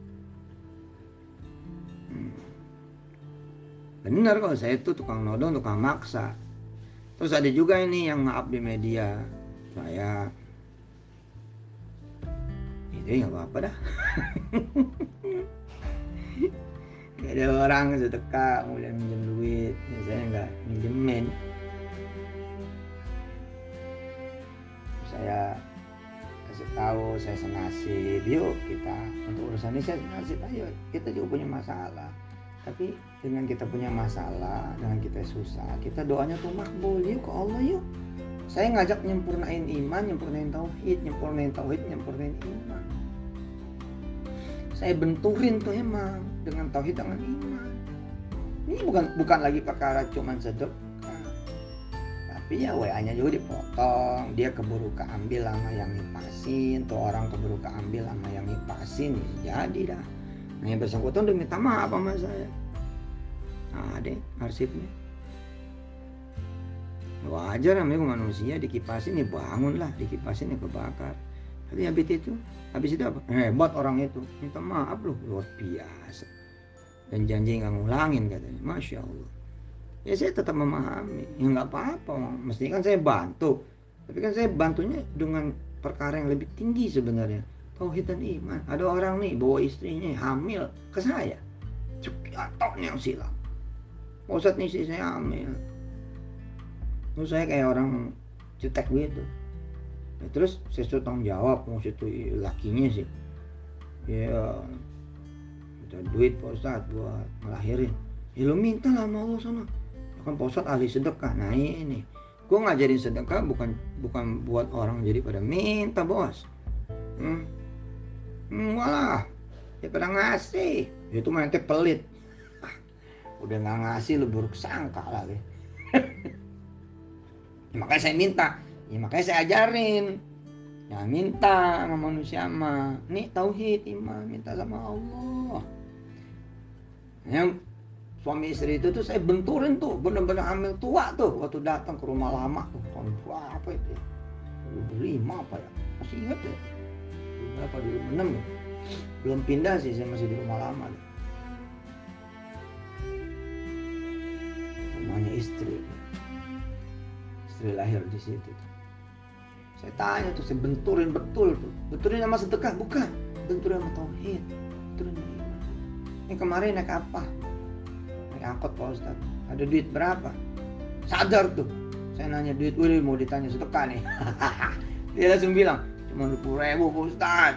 Hmm. Bener kalau saya tuh tukang nodong, tukang maksa. Terus ada juga ini yang maaf di media. Saya itu nggak apa-apa dah. Gak ada orang sedekah mulai minjem duit, ya saya nggak minjemin. Saya kasih tahu, saya senasib, yuk kita untuk urusan ini saya senasib, ayo kita juga punya masalah. Tapi dengan kita punya masalah, dengan kita susah, kita doanya tuh makbul, yuk ke Allah yuk. Saya ngajak nyempurnain iman, nyempurnain tauhid, nyempurnain tauhid, nyempurnain iman. Saya benturin tuh emang dengan tauhid, dengan iman. Ini bukan bukan lagi perkara cuman sedekah, tapi ya W A-nya juga dipotong. Dia keburu keambil sama yang ngipasin, tuh orang keburu keambil sama yang ngipasin, ya jadi dah. Nah, yang bersangkutan udah minta maaf sama saya. Nah, deh arsipnya. Wajar namanya manusia, dikipasin ya bangun lah, dikipasin ya kebakar. Tapi habis itu, habis itu apa? Hebat orang itu, minta maaf loh, luar biasa. Dan janji nggak ngulangin katanya, masya Allah. Ya saya tetap memahami, ya nggak apa-apa, mestinya kan saya bantu, tapi kan saya bantunya dengan perkara yang lebih tinggi sebenarnya, tauhid dan iman. Ada orang nih bawa istrinya hamil ke saya, jatuhnya yang silam, Ustadz nih istri saya hamil, terus saya kayak orang cetek gitu, ya, terus saya suruh tanggung jawab, mau itu lakinya sih, ya minta duit Pak Ustadz buat ngelahirin, ya lo minta lah sama Allah sana. Kan Pak Ustadz ahli sedekah. Nah ini gue ngajarin sedekah bukan bukan buat orang jadi pada minta bos. hmm. Enggak lah, dia pada ngasih, itu mah ente pelit. Udah nggak ngasih lu buruk sangka lagi. Ya, makanya saya minta, ya makanya saya ajarin, ya minta sama manusia mah nih tauhid iman, minta sama Allah. Yang suami istri itu tuh saya benturin tuh, bener-bener hamil tua tuh waktu datang ke rumah lama tuh tahun berapa itu ya, dua ribu lima apa ya, masih ingat ya, berapa, dua ribu enam ya, belum pindah sih, saya masih di rumah lama tuh. Rumahnya istri, istri lahir di situ tuh. Saya tanya tuh, saya benturin betul tuh, benturin sama sedekah bukan, benturin sama tauhid, benturin sama iman. Ini kemarin naik apa? Angkot Pak Ustadz, ada duit berapa? Sadar tuh, saya nanya duit, wih mau ditanya sedekah nih. Dia langsung bilang, cuma dua puluh ribu Pak Ustadz.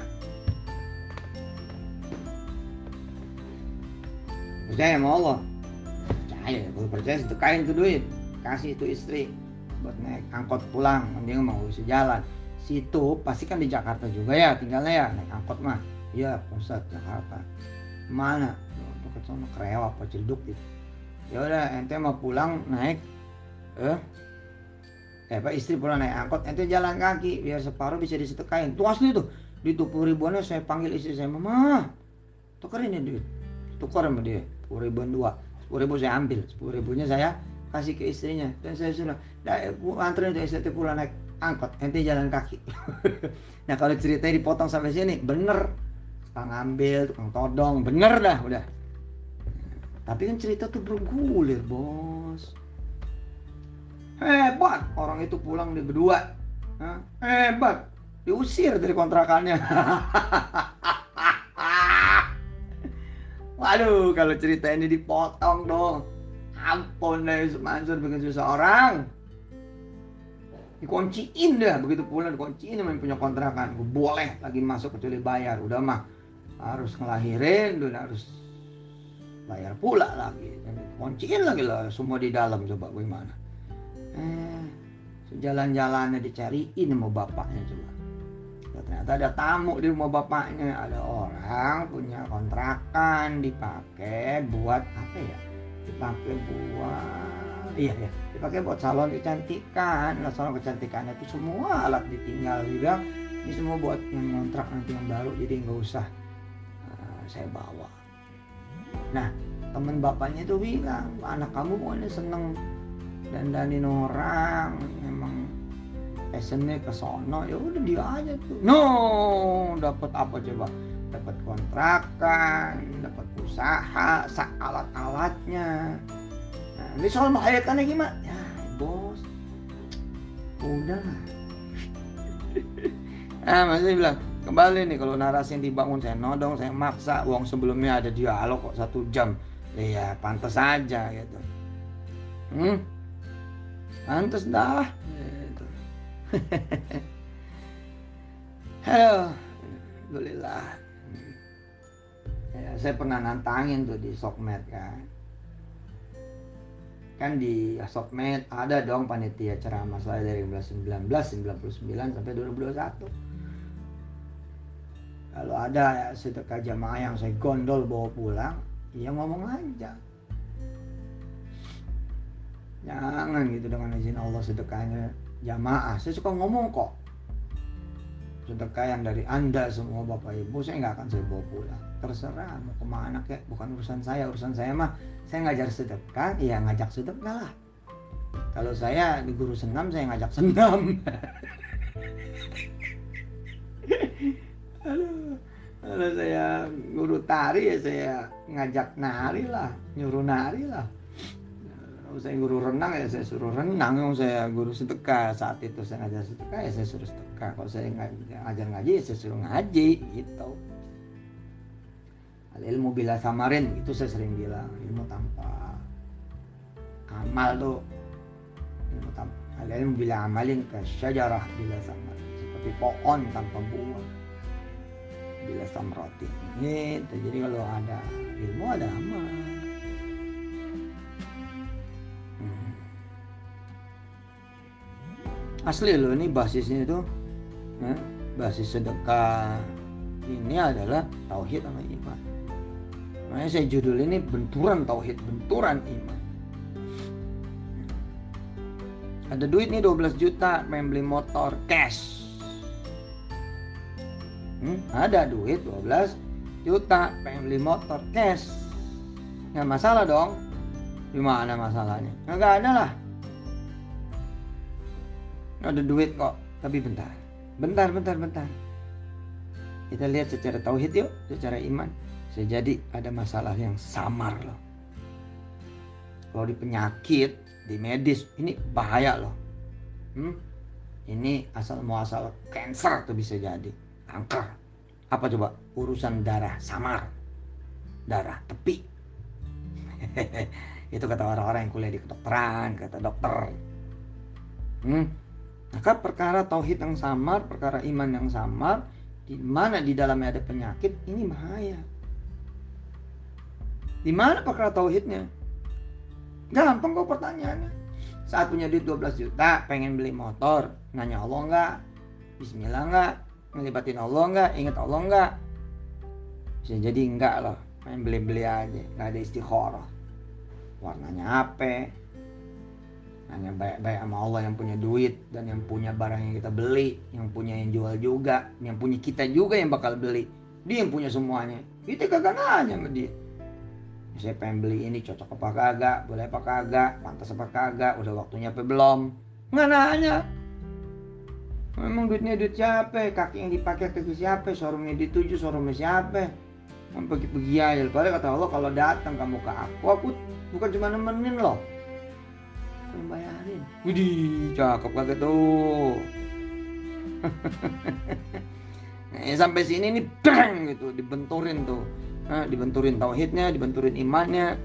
Percaya sama Allah? Percaya, kalau percaya sedekahin tuh duit, kasih itu istri buat naik angkot pulang, dia mau bisa jalan. Situ pasti kan di Jakarta juga ya tinggalnya ya, naik angkot mah. Iya Pak Ustadz, Jakarta. Mana? Dekat sama Krewa apa Ciledug gitu. Ya udah ente mau pulang naik eh eh pak istri pulang naik angkot, ente jalan kaki biar separuh bisa disedekahin. Tuh asli tuh, di dua puluh ribuannya saya panggil istri saya, mama tukerin ya duit, tukar sama dia sepuluh ribuan dua, sepuluh ribu saya ambil, sepuluh ribunya saya kasih ke istrinya, dan saya sudah anterin itu istri pulang naik angkot, ente jalan kaki. Nah kalau ceritanya dipotong sampai sini bener, tukang ambil, tukang todong, bener dah udah. Tapi kan cerita tuh bergulir bos. Hebat, orang itu pulang di berdua. Hah? Hebat, diusir dari kontrakannya. Waduh, kalau cerita ini dipotong dong, ampun deh Mansur bikin susah orang. Dikunciin dah, begitu pulang dikunciin sama yang punya kontrakan. Gue boleh lagi masuk kecuali bayar, udah mah harus ngelahirin, udah harus bayar pula lagi, kunciin lagi lah semua di dalam, coba bagaimana? Eh, sejalan-jalannya dicariin sama bapaknya coba. Ternyata ada tamu di rumah bapaknya, ada orang punya kontrakan dipakai buat apa ya? Dipakai buat, iya ya, dipakai buat salon kecantikan. Nah salon kecantikannya itu semua alat ditinggal, juga ini semua buat yang kontrak nanti yang baru, jadi nggak usah uh, saya bawa. Nah temen bapaknya itu bilang, anak kamu pokoknya seneng dandanin orang, emang passionnya ke sono, ya udah dia aja tuh. No, dapat apa coba? Dapat kontrakan, dapat usaha, sak alat-alatnya. Nah, ini soal melahirkannya gimana? Ya bos, udah lah. Nah masih bilang, kembali nih kalau narasi yang dibangun saya nodong, saya maksa, uang sebelumnya ada dialog kok satu jam, ya pantas aja gitu. Hmm, pantas dah. Gitu. Halo, alhamdulillah. Ya, saya pernah nantangin tuh di Sokmed kan. Kan di Sokmed ada dong panitia ceramah saya dari sembilan belas sembilan puluh sembilan sampai dua ribu dua puluh satu. Kalau ada ya sedekah jamaah yang saya gondol bawa pulang, ya ngomong aja. Jangan gitu dengan izin Allah sedekahnya jamaah. Saya suka ngomong kok. Sedekah yang dari Anda semua Bapak Ibu, saya nggak akan saya bawa pulang. Terserah mau kemana kek, bukan urusan saya. Urusan saya mah, saya ngajar sedekah, ya ngajak sedekah lah. Kalau saya di guru senam, saya ngajak senam. suruh tari ya saya ngajak nari lah, nyuruh nari lah. Kalau saya guru renang ya saya suruh renang. Kalau saya guru sedekah saat itu saya ngajar sedekah ya saya suruh sedekah. Kalau saya ngajar ngaji ya saya suruh ngaji gitu. Al ilmu bila samarin itu saya sering bilang, ilmu tanpa amal tuh ilmu tanpa, al ilmu bila amalin ka syajarah bila samarin, seperti pohon tanpa buah bila samratin. Gitu. Jadi kalau ada ilmu ada amal. Hmm. Asli loh ini basisnya itu, eh, basis sedekah ini adalah tauhid sama iman. Makanya saya judul ini benturan tauhid, benturan iman. Ada duit nih dua belas juta, pengen beli motor cash. Hmm, ada duit dua belas juta, pengen beli motor cash. Nggak masalah dong. Gimana masalahnya? Nggak ada lah. Ada duit kok, tapi bentar. Bentar, bentar, bentar. Kita lihat secara tauhid yuk, secara iman. Bisa jadi ada masalah yang samar loh. Kalau di penyakit, di medis, ini bahaya loh. Hmm? Ini asal muasal cancer tuh bisa jadi. Kanker. Apa coba? Urusan darah samar. Darah tepi. Itu kata orang-orang yang kuliah di kedokteran, kata dokter. Hmm? Maka perkara tauhid yang samar, perkara iman yang samar, di mana di dalamnya ada penyakit, ini bahaya. Di mana perkara tauhidnya? Gampang kok pertanyaannya. Saat punya duit dua belas juta, pengen beli motor, nanya Allah enggak? Bismillah enggak? Ngelibatin Allah enggak? Ingat Allah enggak? Bisa jadi enggak loh, main beli-beli aja, enggak ada istikharah. Warnanya apa? Nanya baik-baik sama Allah yang punya duit dan yang punya barang yang kita beli, yang punya yang jual juga, yang punya kita juga yang bakal beli. Dia yang punya semuanya. Kita kagak nanya sama dia. Saya pengen beli ini, cocok apa kagak, boleh apa kagak, pantas apa kagak, udah waktunya apa belum. Nggak nanya. Memang duitnya duit siapa, kaki yang dipakai kaki siapa, showroomnya dituju, showroomnya siapa. Pergi-pergi aja. Padahal kata Allah, kalau datang kamu ke aku, aku bukan cuma nemenin loh, aku yang bayarin. Widih, cakep kagak tuh. Nah, sampai sini nih bang gitu, dibenturin tuh. Nah, dibenturin tauhidnya, dibenturin imannya.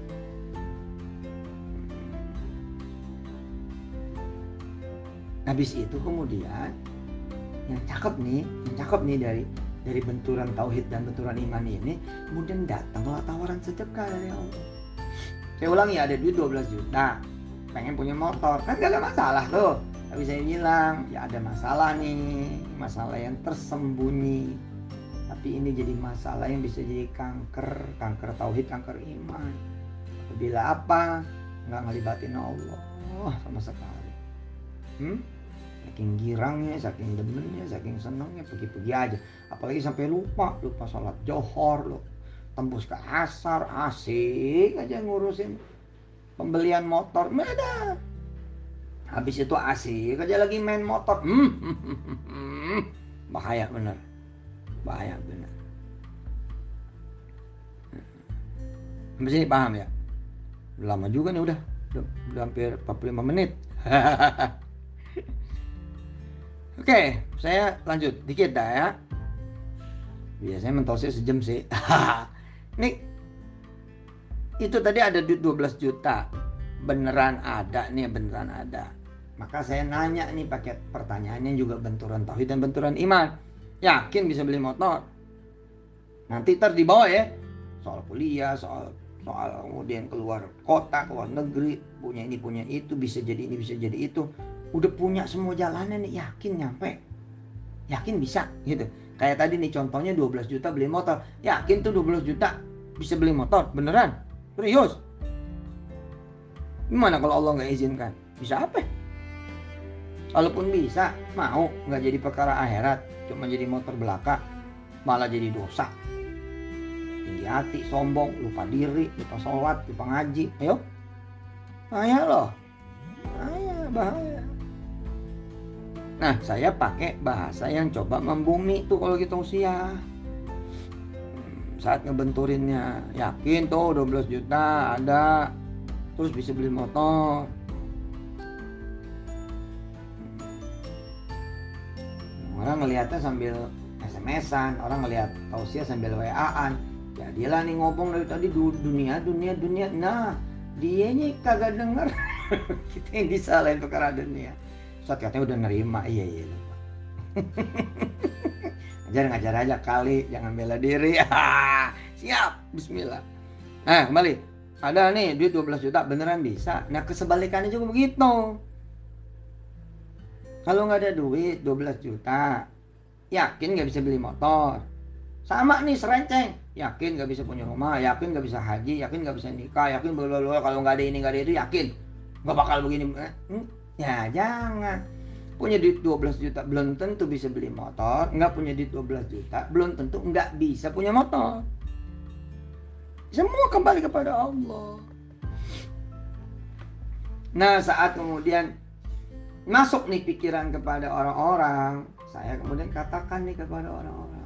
Habis itu kemudian yang cakep nih, yang cakep nih dari dari benturan tauhid dan benturan iman ini, kemudian datanglah tawaran sedekah dari Allah. Saya ulangi, ada duit dua belas juta, pengen punya motor, kan gak ada masalah tuh. Tapi saya bilang, ya ada masalah nih, masalah yang tersembunyi. Tapi ini jadi masalah yang bisa jadi kanker, kanker tauhid, kanker iman. Apabila apa? Nggak ngelibatin Allah sama sekali. Hmm? Saking girangnya, saking demennya, saking senangnya, pergi-pergi aja. Apalagi sampai lupa, lupa sholat johor loh. Tembus ke asar, asik aja ngurusin pembelian motor. Meda. Habis itu asik aja lagi main motor. Hmm. Bahaya bener. Bahaya benar. Sampai sini paham ya? Udah lama juga nih udah. Udah, udah hampir empat puluh lima menit. Oke, saya lanjut dikit dah ya. Biasanya mentosnya sejam sih. Nih, itu tadi ada duit dua belas juta. Beneran ada nih, beneran ada. Maka saya nanya nih pakai pertanyaannya juga benturan tauhid dan benturan iman. Yakin bisa beli motor? Nanti ntar dibawa ya. Soal kuliah, soal soal kemudian keluar kota, keluar negeri, punya ini, punya itu, bisa jadi ini, bisa jadi itu. Udah punya semua jalannya nih, yakin nyampe. Yakin bisa gitu. Kayak tadi nih contohnya dua belas juta beli motor. Yakin tuh dua belas juta bisa beli motor? Beneran? Serius? Gimana kalau Allah nggak izinkan? Bisa apa? Walaupun bisa, mau nggak jadi perkara akhirat, cuma jadi motor belaka, malah jadi dosa. Tinggi hati, sombong, lupa diri, lupa sholat, lupa ngaji. Ayo, bahaya loh, bahaya, bahaya. Nah, saya pakai bahasa yang coba membumi tuh kalau kita usia. saat ngebenturinnya. Yakin tuh dua belas juta ada, terus bisa beli motor. Orang ngelihatnya sambil S M S-an, orang ngelihat tausiah sambil W A-an. Jadilah nih ngomong dari tadi dunia, dunia, dunia. Nah, dianya kagak denger. Kita yang disalahin perkara dunia. Ustaz katanya udah nerima. Iya, iya. Ngajar-ngajar aja kali, jangan bela diri. Siap, bismillah. Nah, kembali. Ada nih duit dua belas juta, beneran bisa. Nah, kesebalikannya juga begitu. Kalau nggak ada duit dua belas juta, yakin nggak bisa beli motor. Sama nih serenceng, yakin nggak bisa punya rumah, yakin nggak bisa haji, yakin nggak bisa nikah, yakin belum kalau nggak ada ini nggak ada itu, yakin nggak bakal begini. Hmm? Ya jangan. Punya duit dua belas juta belum tentu bisa beli motor, nggak punya duit dua belas juta belum tentu nggak bisa punya motor. Semua kembali kepada Allah. Nah, saat kemudian masuk nih pikiran kepada orang-orang, saya kemudian katakan nih kepada orang-orang,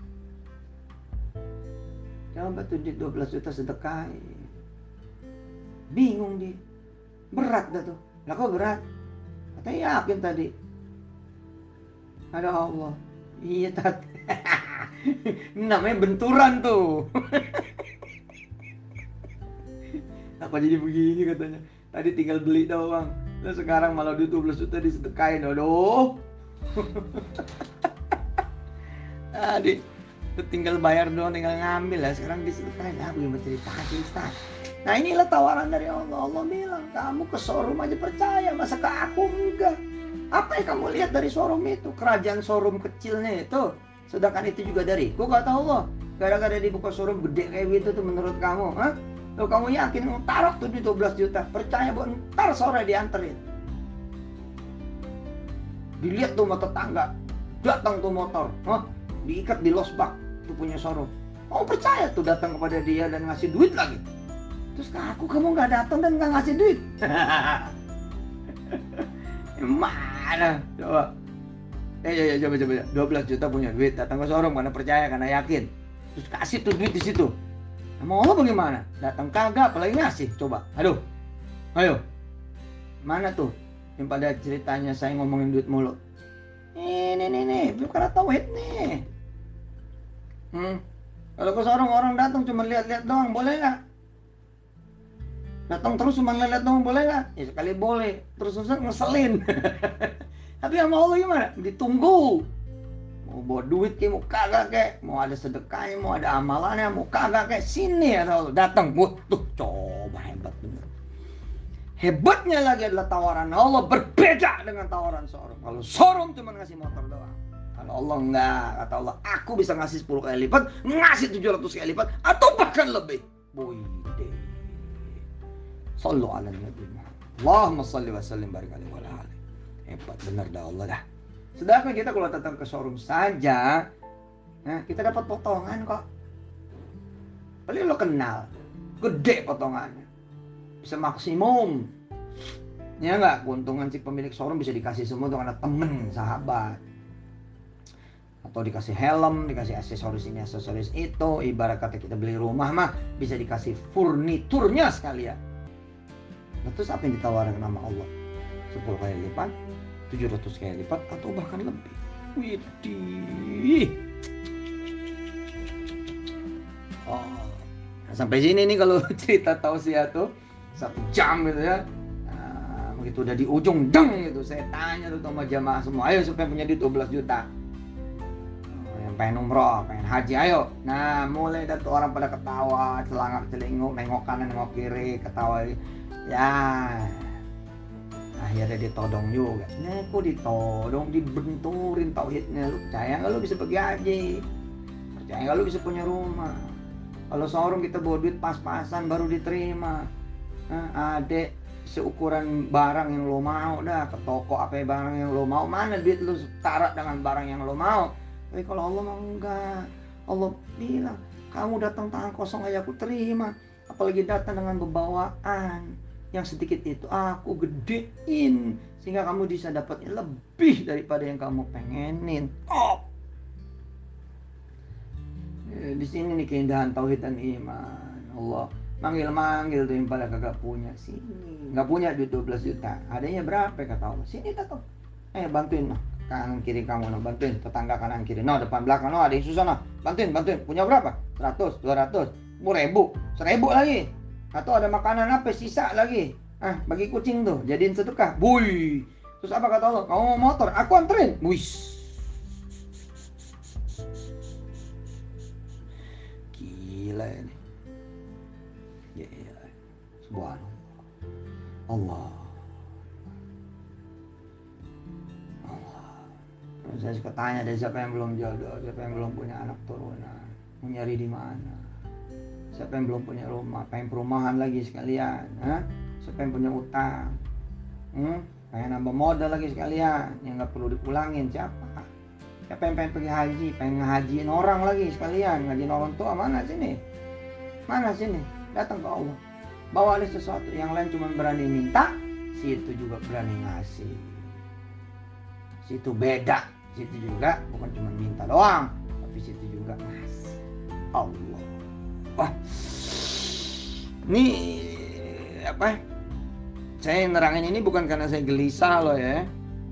coba tuh duit dua belas juta sedekahin. Bingung dia, berat dah tuh. Lah kok berat? Katanya yakin tadi ada Allah. Iya tadi. Namanya benturan tuh. Apa jadi begini katanya? Tadi tinggal beli doang. Nah sekarang malah duit dua belas juta disedekain. Aduh. Tadi tinggal bayar doang, tinggal ngambil lah. Sekarang disedekain. Ah, belum cerita Ustaz. Nah inilah tawaran dari Allah. Allah bilang, kamu ke showroom aja percaya, masa ke aku enggak? Apa yang kamu lihat dari showroom itu? Kerajaan showroom kecilnya itu. Sedangkan itu juga dariku, kata Allah. Gara-gara dibuka showroom gede kayak gitu tuh menurut kamu, hah? Tuh kamu yakin mau taruh tuh di dua belas juta, percaya bahwa ntar sore dianterin. Dilihat tuh sama tetangga, datang tuh motor, huh? Diikat di losbak tuh punya showroom. Oh percaya tuh datang kepada dia dan ngasih duit lagi. Terus ke aku kamu nggak datang dan nggak ngasih duit. Mana? Coba. Eh ya, ya coba coba. dua belas juta punya duit, datang ke showroom karena percaya, karena yakin. Terus kasih tuh duit di situ. Mau Allah bagaimana? Datang kagak, apalagi ngasih. Coba, aduh, ayo, mana tuh yang pada ceritanya saya ngomongin duit mulu? Ini nih nih, bukan tauhid nih. Hmm, kalau ke seorang orang datang cuma lihat-lihat doang, boleh nggak? Datang terus cuma lihat-lihat doang, boleh nggak? Ya sekali boleh, terus-terusan ngeselin. Tapi sama Allah gimana? Ditunggu. Mau bawa duit kayak, mau kagak kayak, mau ada sedekahnya, mau ada amalannya, mau kagak kayak, sini ya Allah datang. Wah tuh coba hebat bener. Hebatnya lagi adalah tawaran Allah berbeda dengan tawaran showroom. Kalau showroom cuma ngasih motor doang, kalau Allah enggak, kata Allah, aku bisa ngasih sepuluh kali lipat, ngasih tujuh ratus kali lipat, atau bahkan lebih. Boide. Sallu ala Nabi Muhammad. Allahumma salli wa sallim barik alaihi wa alihi. Hebat bener dah Allah dah. Sedangkan kita kalau datang ke showroom saja, nah kita dapat potongan kok. Paling lo kenal, gede potongannya, bisa maksimum. Ya enggak, keuntungan si pemilik showroom bisa dikasih semua untuk anak temen, sahabat. Atau dikasih helm, dikasih aksesoris ini, aksesoris itu. Ibarat kata kita beli rumah mah, bisa dikasih furniturnya sekalian. Nah, terus apa yang ditawarkan nama Allah? sepuluh kali lipat, tujuh ratus kali lipat, atau bahkan lebih. Widih. Oh, nah, sampai sini nih kalau cerita tausiah tuh satu jam gitu ya. Nah, begitu udah di ujung deng gitu, saya tanya tuh sama jamaah semua, ayo supaya punya duit dua belas juta. Oh, yang pengen umroh, pengen haji, ayo. Nah, mulai dari orang pada ketawa, celangak celinguk, nengok kanan, nengok kiri, ketawa. Ya. Akhirnya ditodong juga. Nah, kok ditodong, dibenturin tauhidnya. Lu percaya nggak lu bisa pergi haji? Percaya nggak lu bisa punya rumah? Kalau showroom kita bawa duit pas-pasan baru diterima. Nah, adek seukuran barang yang lo mau dah, ke toko apa barang yang lo mau, mana duit lu setara dengan barang yang lo mau. Tapi kalau Allah mau enggak. Allah bilang, kamu datang tangan kosong aja aku terima. Apalagi datang dengan pembawaan yang sedikit itu aku gedein sehingga kamu bisa dapatnya lebih daripada yang kamu pengenin. Oh. di sini nih keindahan tauhid dan iman. Allah manggil-manggil tuh yang pada kagak punya, sini. Nggak punya duit dua belas juta, adanya berapa kata Allah, sini datang, eh bantuin noh, kanan kiri kamu noh, bantuin tetangga kanan kiri, noh depan belakang, noh ada yang susah noh, bantuin bantuin, punya berapa, seratus, dua ratus, sepuluh ribu, seribu lagi, atau ada makanan apa sisa lagi, ah bagi kucing tuh, jadiin sedekah, buy. Terus apa kata Allah, kamu mau motor, aku anterin, wis. Gila ini. Gila. Subhanallah. Allah. Allah. Terus saya suka tanya dari siapa yang belum jodoh, siapa yang belum punya anak turunan, mau nyari di mana? Siapa yang belum punya rumah, pengen perumahan lagi sekalian, ha? Siapa yang punya utang, hmm? pengen nambah modal lagi sekalian, yang nggak perlu dipulangin siapa? Siapa yang pengen pergi haji, pengen ngehajiin orang lagi sekalian, ngajiin orang tua, mana sini? Mana sini? Datang ke Allah. Bawa ada sesuatu, yang lain cuma berani minta, situ juga berani ngasih. Situ beda, situ juga bukan cuma minta doang, tapi situ juga ngasih. Allah. Wah. Ini apa? Saya nerangin ini bukan karena saya gelisah loh ya.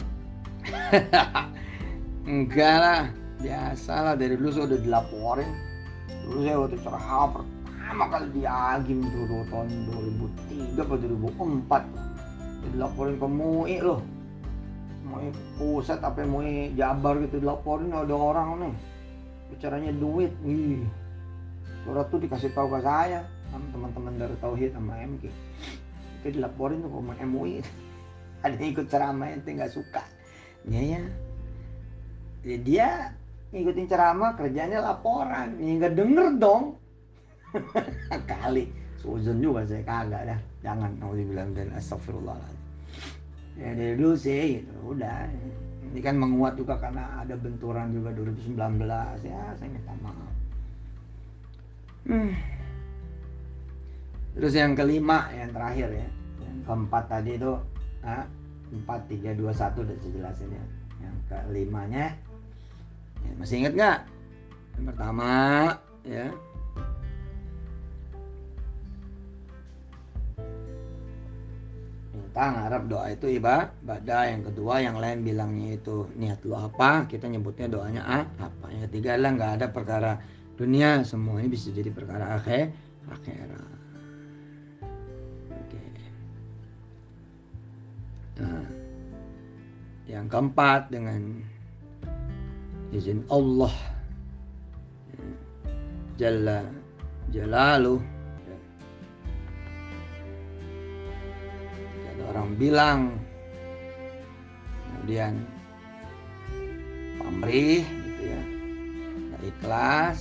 Enggak lah, biasa lah, dari dulu saya udah dilaporin. Dulu saya waktu ceramah pertama kali di Agim tuh tahun dua ribu tiga atau dua ribu empat, dilaporin ke M U I loh, M U I pusat apa M U I Jabar gitu, dilaporin ada orang nih bicaranya duit. Wih, surat tuh dikasih tahu ke saya sama teman-teman dari Tauhid sama M K. Itu dilaporin tuh ke M U I. Ada yang ikut ceramah ente nggak suka, ya ya. Ya, dia ngikutin ceramah kerjanya laporan, ya nggak denger dong. Kali suzon juga saya kagak dah, jangan mau dibilang, dan astagfirullahaladzim. Ya dari dulu sih gitu, udah. Ini kan menguat juga karena ada benturan juga dua ribu sembilan belas, ya saya minta maaf. Hmm. Terus yang kelima, yang terakhir ya, yang keempat tadi itu, ah, empat tiga dua satu udah saya jelasin ya. Yang kelimanya, ya, masih ingat nggak? Yang pertama ya, minta ngarep doa itu ibadah. Yang kedua, yang lain bilangnya itu niat lu apa, kita nyebutnya doanya ah, apa. Yang ketiga adalah nggak ada perkara dunia, semuanya bisa jadi perkara akhir akhirat. Oke. Nah, yang keempat, dengan izin Allah Jalla Jalaluh, ada orang bilang kemudian pamrih gitu ya, nggak ikhlas,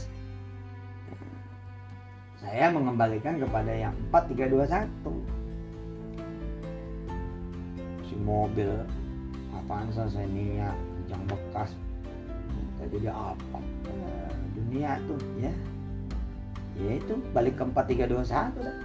saya mengembalikan kepada yang empat tiga dua satu. Si mobil Avanza Xenia yang bekas jadi apa, eh, dunia tuh ya, ya itu balik ke empat tiga dua satu dah.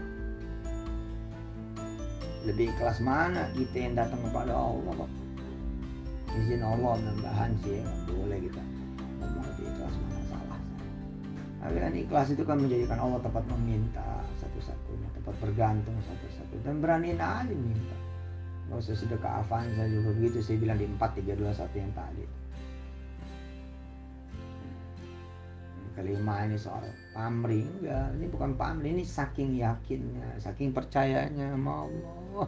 Lebih ikhlas mana kita yang datang kepada Allah, Pak? Izin Allah mudah-mudahan sih ya, boleh kita ngomong lebih ikhlas, mana salah. Tapi kan ikhlas itu kan menjadikan Allah tempat meminta satu-satunya, tempat bergantung satu-satunya, dan beraniin aja minta. Gak usah sedekah Avanza juga begitu, saya bilang di empat tiga dua satu yang tadi. Kelima ini soal pamrih, enggak, ini bukan pamrih, ini saking yakinnya, saking percayanya sama Allah.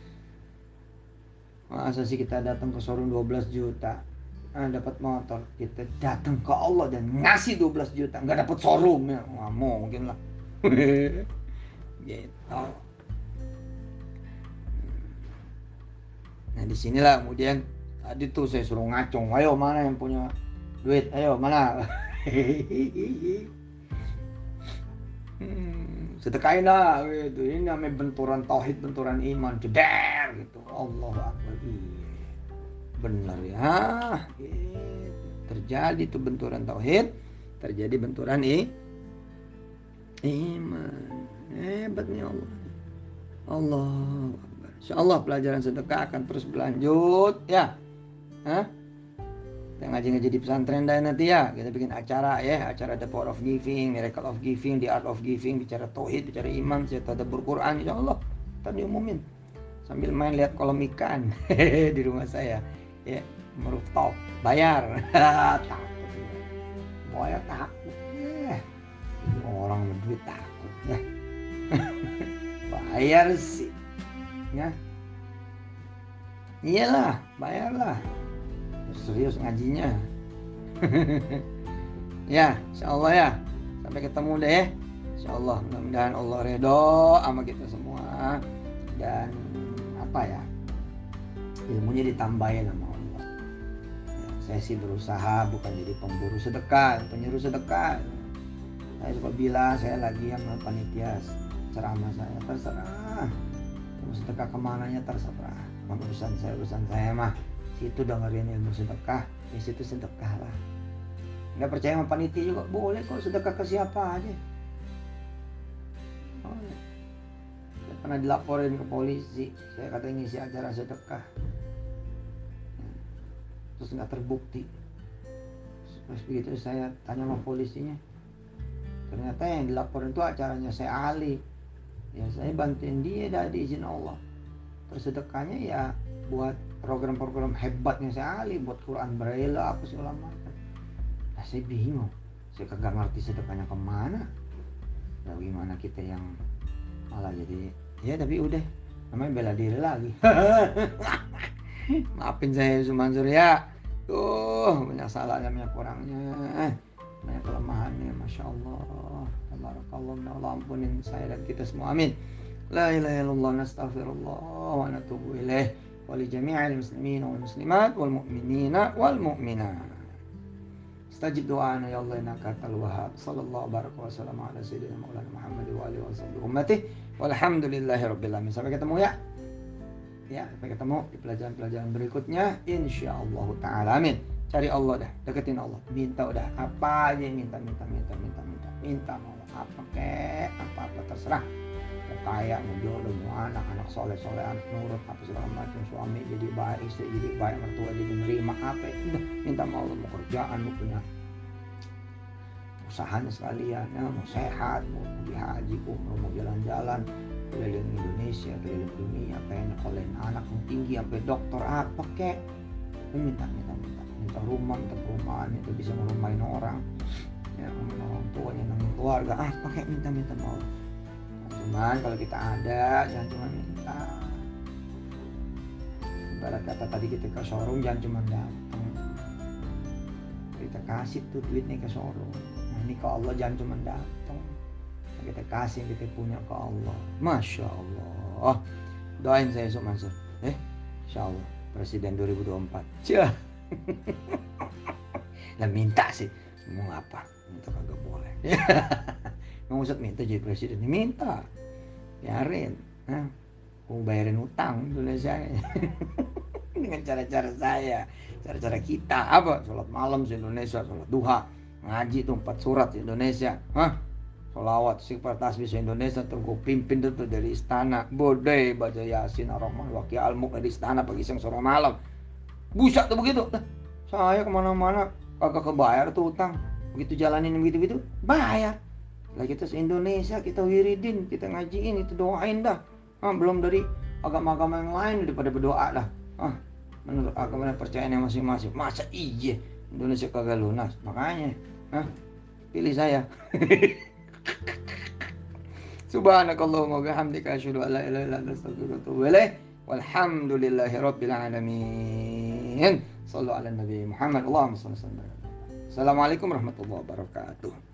Masa sih kita datang ke showroom dua belas juta, nah, dapat motor, kita datang ke Allah dan ngasih dua belas juta, nggak dapat showroom ya, nggak mungkin lah. Gitu. Nah disinilah kemudian tadi tuh saya suruh ngacung, ayo mana yang punya duit, ayo mana. hmm, sedekain lah gitu. Ini namanya benturan tauhid, benturan iman, jeder gitu. Allahu Akbar. Iya, benar ya. Gitu. Terjadi tuh benturan tauhid, terjadi benturan i iman. Hebat nih Allah. Allahu Akbar. Insyaallah pelajaran sedekah akan terus berlanjut ya. Hah? Kita ngaji-ngaji di pesantren dah nanti ya. Kita bikin acara ya, acara The Power of Giving, Miracle of Giving, The Art of Giving, bicara tauhid, bicara iman, cerita tadabbur Quran, insyaallah. Ntar diumumin. Sambil main lihat kolam ikan di rumah saya. Ya, merooftop, bayar. Takut. Bayar takut. Ya. Orang berduit takut ya. Bayar sih. Ya. Iyalah, bayarlah. Serius ngajinya. Ya, insyaallah ya. Sampai ketemu deh ya. Insyaallah, mudah-mudahan Allah ridho sama kita semua. Dan apa ya? Ilmunya ditambahin sama Allah. Ya, saya sih berusaha bukan jadi pemburu sedekah, penyuruh sedekah. Saya suka bilang saya lagi yang panitia ceramah saya, terserah. Mau sedekah kemananya terserah. Mau urusan saya, urusan saya mah. Situ dengerin ilmu sedekah, di situ sedekah lah. Nggak percaya sama panitia juga boleh kok, sedekah ke siapa aja. Boleh. Saya pernah dilaporin ke polisi, saya katanya ngisi acara sedekah, terus nggak terbukti. Terus begitu saya tanya sama polisinya, ternyata yang dilaporin itu acaranya saya Ali. Ya saya bantuin dia dari izin Allah. Terus sedekahnya ya buat program-program hebatnya saya Ali, buat Quran Braille apa segala macam. Nah, saya bingung, saya kagak ngerti sedekahnya kemana. Nah, gimana kita yang malah jadi ya, tapi udah namanya bela diri lagi. Maafin saya Yusuf Mansur ya. Tuh banyak salahnya, banyak kurangnya, banyak kelemahannya. Masya Allah, tabarakallah, Allah ampunin saya dan kita semua, amin. La ilaha illallah, nastaghfirullah wa natubu ilaih. ولجميع المسلمين والمسلمات والمؤمنين والمؤمنات استجب دعانا يا الله إنك أنت الوهاب صلى الله وبارك وسلم على سيدنا مولانا محمد وآله وصحبه أمته والحمد لله رب العالمين. Sampai ketemu ya. Ya, sampai ketemu di pelajaran-pelajaran berikutnya insyaallah taala. Amin. Cari Allah dah, deketin Allah. Minta udah apa aja, minta minta minta minta minta. Minta mau apa kek, apa-apa terserah. Mau kaya, mau jodoh, mau anak, anak soleh, soleh, anak nurut, apa segala macam, suami jadi baik, istri jadi baik, mertua jadi nerima, apa itu, minta sama Allah. Mau kerjaan, mau punya usahanya sekalian, ya, mau sehat, mau pergi haji, mau, mau jalan-jalan, keliling Indonesia, keliling dunia, pengen nyekolahin anak yang tinggi, sampai dokter, apa kek, minta, minta, minta, minta rumah, minta perumahan, minta bisa ngerumahin orang, ya, orang tua, nyenengin keluarga, apa kek, minta, minta sama Allah. Cuman kalau kita ada, jangan cuma minta. Ibarat kata tadi kita ke showroom, jangan cuma datang. Kita kasih tuh duitnya ke showroom. Nah, ini ke Allah jangan cuma datang. Kita kasih yang kita punya ke Allah. Masya Allah. Doain saya Yusuf Mansur. Eh, Insya Allah Presiden dua ribu dua puluh empat. Cah. Lah minta sih. Mau apa? Minta kagak boleh. Mau Ustaz minta jadi presiden, minta, biarin, nah, mau bayarin utang Indonesia dengan cara-cara saya, cara-cara kita, apa, sholat malam di Indonesia, sholat duha, ngaji tuh empat surat di Indonesia, hah, sholawat, istighfar, tasbih di Indonesia, terus gue pimpin tuh dari istana, bodai, baca Yasin, Ar-Rahman, Waqi Al-Mulk dari istana pagi siang sore malam, busak tuh begitu, saya kemana-mana kagak kebayar tuh utang, begitu jalanin begitu-begitu, bayar. Lah kita se-Indonesia, kita wiridin, kita ngajiin, itu doain dah. Ah, belum dari agama-agama yang lain daripada berdoa dah. Ah, menurut agama dan percayaan yang masing-masing. Masa iya Indonesia kagak lunas? Makanya, ah, pilih saya. Subhanakallahumma wa bihamdika asyhadu an la ilaha illa anta astaghfiruka wa atubu ilaik. Walhamdulillahirabbil alamin. Shallu ala nabi Muhammad. Allahumma shalli ala. Assalamualaikum warahmatullahi wabarakatuh.